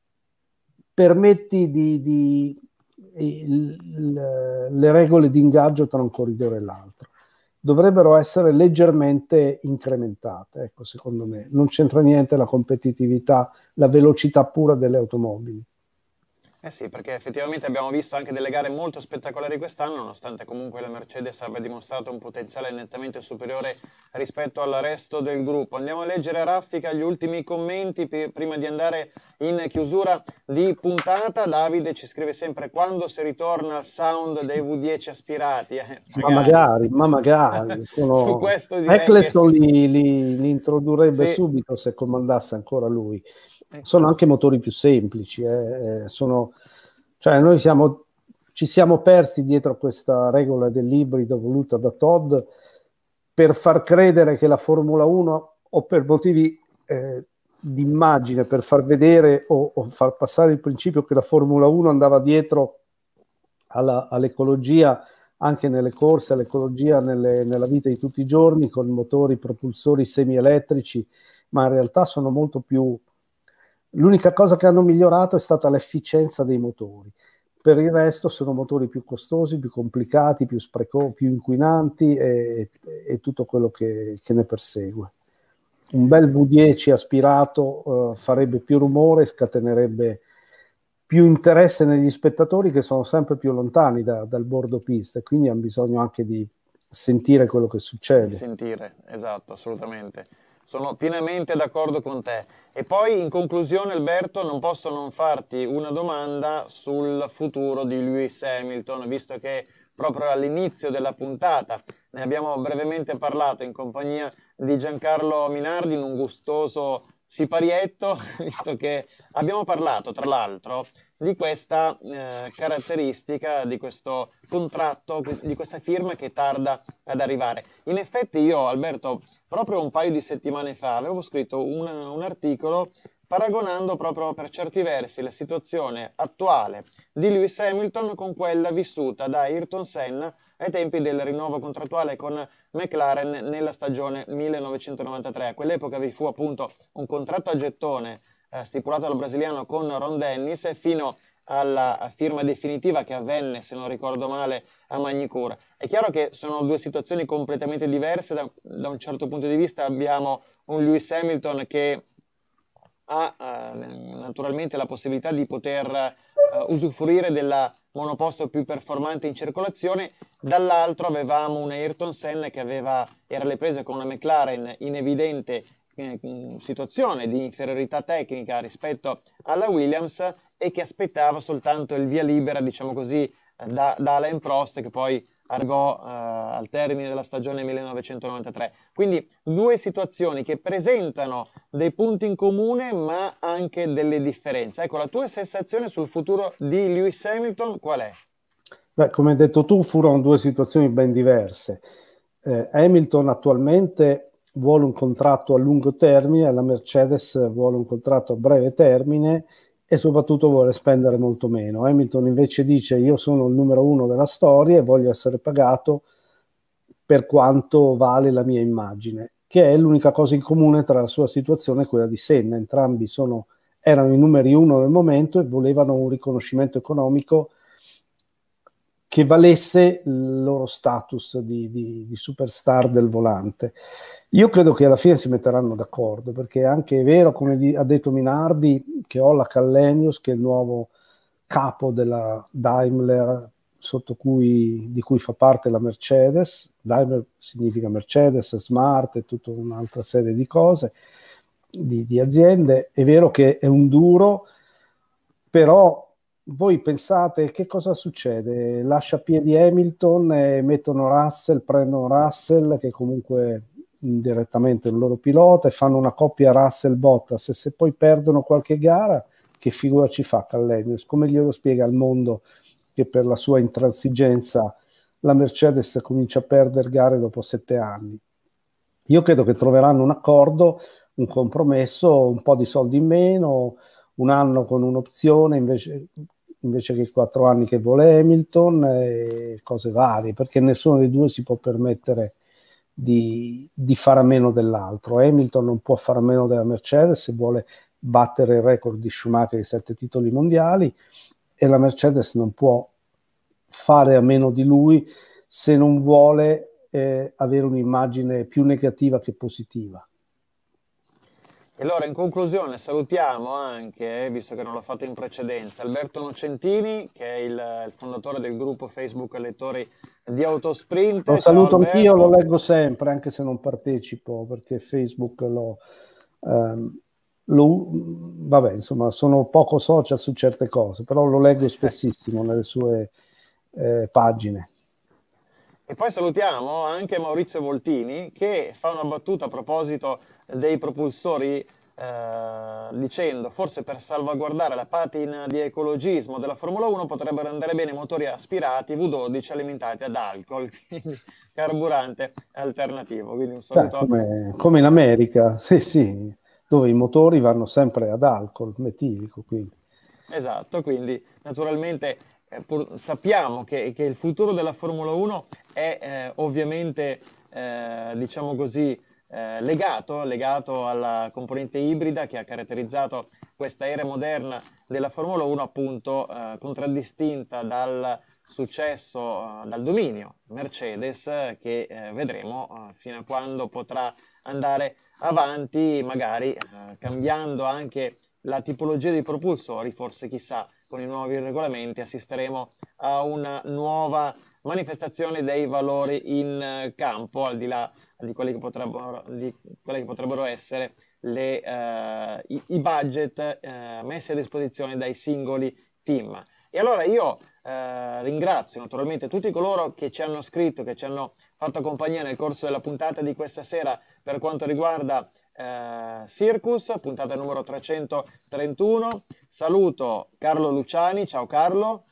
permetti di, di il, il, le regole di ingaggio tra un corridore e l'altro. Dovrebbero essere leggermente incrementate, ecco, secondo me. Non c'entra niente la competitività, la velocità pura delle automobili. Eh sì, perché effettivamente abbiamo visto anche delle gare molto spettacolari quest'anno, nonostante comunque la Mercedes abbia dimostrato un potenziale nettamente superiore rispetto al resto del gruppo. Andiamo a leggere a raffica gli ultimi commenti p- prima di andare in chiusura di puntata. Davide ci scrive sempre: quando si ritorna al sound dei V dieci aspirati. Eh, magari. Ma magari, ma magari. Sono... Su questo direi Eccleston che... li, li, li introdurrebbe sì. subito se comandasse ancora lui. Sono anche motori più semplici, eh. sono, cioè noi siamo, ci siamo persi dietro questa regola dell'ibrido voluta da Todd per far credere che la Formula uno, o per motivi eh, di immagine, per far vedere o, o far passare il principio che la Formula uno andava dietro alla, all'ecologia anche nelle corse, all'ecologia nelle, nella vita di tutti i giorni con motori propulsori semielettrici, ma in realtà sono molto più... L'unica cosa che hanno migliorato è stata l'efficienza dei motori. Per il resto sono motori più costosi, più complicati, più, spreco- più inquinanti e, e tutto quello che, che ne persegue. Un bel V dieci aspirato uh, farebbe più rumore, scatenerebbe più interesse negli spettatori che sono sempre più lontani da, dal bordo pista e quindi hanno bisogno anche di sentire quello che succede. Sentire, esatto, assolutamente. Sono pienamente d'accordo con te. E poi in conclusione, Alberto, non posso non farti una domanda sul futuro di Lewis Hamilton, visto che proprio all'inizio della puntata ne abbiamo brevemente parlato in compagnia di Giancarlo Minardi in un gustoso siparietto, visto che abbiamo parlato tra l'altro di questa eh, caratteristica, di questo contratto, di questa firma che tarda ad arrivare. In effetti io, Alberto, proprio un paio di settimane fa avevo scritto un, un articolo paragonando proprio per certi versi la situazione attuale di Lewis Hamilton con quella vissuta da Ayrton Senna ai tempi del rinnovo contrattuale con McLaren nella stagione millenovecentonovantatré. A quell'epoca vi fu appunto un contratto a gettone eh, stipulato dal brasiliano con Ron Dennis fino alla firma definitiva che avvenne, se non ricordo male, a Magny-Cours. È chiaro che sono due situazioni completamente diverse. Da, da un certo punto di vista abbiamo un Lewis Hamilton che ha eh, naturalmente la possibilità di poter eh, usufruire della monoposto più performante in circolazione, dall'altro avevamo un Ayrton Senna che aveva, era alle prese con una McLaren in evidente eh, situazione di inferiorità tecnica rispetto alla Williams e che aspettava soltanto il via libera, diciamo così, da, da Alain Prost, che poi arrivò uh, al termine della stagione millenovecentonovantatré. Quindi due situazioni che presentano dei punti in comune ma anche delle differenze. Ecco, la tua sensazione sul futuro di Lewis Hamilton qual è? Beh, come hai detto tu, furono due situazioni ben diverse. Eh, Hamilton attualmente vuole un contratto a lungo termine, la Mercedes vuole un contratto a breve termine e soprattutto vuole spendere molto meno. Hamilton invece dice: io sono il numero uno della storia e voglio essere pagato per quanto vale la mia immagine, che è l'unica cosa in comune tra la sua situazione e quella di Senna. Entrambi sono, erano i numeri uno nel momento e volevano un riconoscimento economico che valesse il loro status di, di, di superstar del volante. Io credo che alla fine si metteranno d'accordo, perché anche è vero, come di, ha detto Minardi, che Ola Källenius, che è il nuovo capo della Daimler, sotto cui, di cui fa parte la Mercedes. Daimler significa Mercedes, Smart e tutta un'altra serie di cose, di, di aziende. È vero che è un duro, però voi pensate che cosa succede? Lascia a piedi Hamilton e mettono Russell, prendono Russell, che comunque indirettamente è un loro pilota, e fanno una coppia Russell-Bottas, e se poi perdono qualche gara, che figura ci fa Källenius? Come glielo spiega al mondo che per la sua intransigenza la Mercedes comincia a perdere gare dopo sette anni? Io credo che troveranno un accordo, un compromesso, un po' di soldi in meno, un anno con un'opzione invece, invece che i quattro anni che vuole Hamilton, e cose varie, perché nessuno dei due si può permettere di, di fare a meno dell'altro. Hamilton non può fare a meno della Mercedes se vuole battere il record di Schumacher di sette titoli mondiali, e la Mercedes non può fare a meno di lui se non vuole eh, avere un'immagine più negativa che positiva. E allora, in conclusione, salutiamo anche, visto che non l'ho fatto in precedenza, Alberto Nocentini, che è il, il fondatore del gruppo Facebook Lettori di Autosprint. Lo saluto anch'io, lo leggo sempre, anche se non partecipo, perché Facebook lo... Ehm, lo vabbè, insomma, sono poco social su certe cose, però lo leggo spessissimo nelle sue eh, pagine. E poi salutiamo anche Maurizio Voltini, che fa una battuta a proposito dei propulsori, eh, dicendo: forse per salvaguardare la patina di ecologismo della Formula uno potrebbero andare bene motori aspirati V dodici alimentati ad alcol, quindi carburante alternativo. Quindi un saluto. Beh, come, come in America, sì, sì, dove i motori vanno sempre ad alcol metilico. Quindi. Esatto, quindi naturalmente eh, pur, sappiamo che, che il futuro della Formula uno è eh, ovviamente, eh, diciamo così, eh, legato, legato alla componente ibrida che ha caratterizzato questa era moderna della Formula uno, appunto eh, contraddistinta dal successo, eh, dal dominio Mercedes, che eh, vedremo eh, fino a quando potrà andare avanti, magari eh, cambiando anche la tipologia dei propulsori. Forse, chissà, con i nuovi regolamenti assisteremo a una nuova manifestazione dei valori in campo, al di là di quelli che potrebbero, di quelle che potrebbero essere le, eh, i, i budget eh, messi a disposizione dai singoli team. E allora io eh, ringrazio naturalmente tutti coloro che ci hanno scritto, che ci hanno fatto compagnia nel corso della puntata di questa sera per quanto riguarda eh, Circus, puntata numero trecentotrentuno. Saluto Carlo Luciani, ciao Carlo.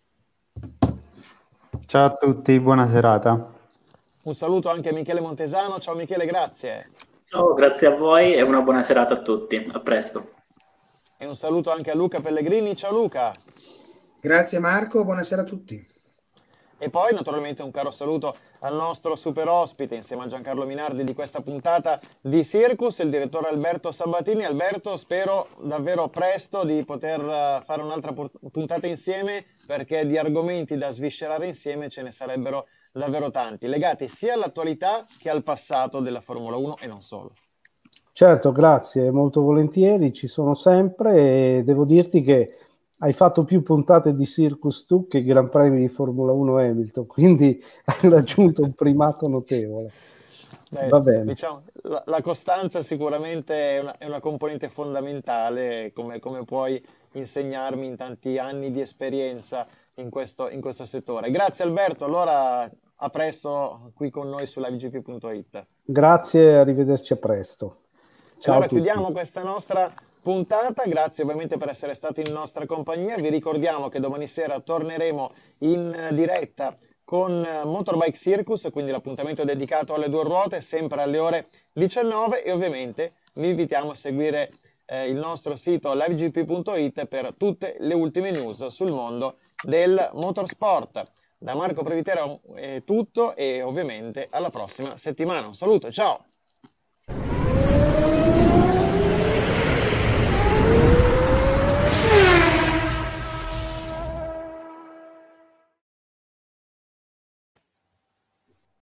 Ciao a tutti, buona serata. Un saluto anche a Michele Montesano, ciao Michele, grazie. Ciao, grazie a voi e una buona serata a tutti, a presto. E un saluto anche a Luca Pellegrini, ciao Luca. Grazie Marco, buonasera a tutti. E poi naturalmente un caro saluto al nostro super ospite insieme a Giancarlo Minardi di questa puntata di Circus, il direttore Alberto Sabatini. Alberto, spero davvero presto di poter fare un'altra puntata insieme, perché di argomenti da sviscerare insieme ce ne sarebbero davvero tanti, legati sia all'attualità che al passato della Formula uno e non solo. Certo, grazie, molto volentieri, ci sono sempre, e devo dirti che hai fatto più puntate di Circus tu che Gran Premi di Formula uno Hamilton, quindi hai raggiunto un primato notevole. Beh, Va bene. Diciamo, la, la costanza sicuramente è una, è una componente fondamentale, come, come puoi insegnarmi in tanti anni di esperienza in questo, in questo settore. Grazie Alberto, allora a presto qui con noi su live g p punto it. Grazie, arrivederci a presto. Ciao Allora a tutti. chiudiamo questa nostra puntata, grazie ovviamente per essere stati in nostra compagnia. Vi ricordiamo che domani sera torneremo in diretta con Motorbike Circus, quindi l'appuntamento dedicato alle due ruote, sempre alle ore diciannove, e ovviamente vi invitiamo a seguire eh, il nostro sito live g p punto it per tutte le ultime news sul mondo del motorsport. Da Marco Previtera è tutto, e ovviamente alla prossima settimana. Un saluto, ciao!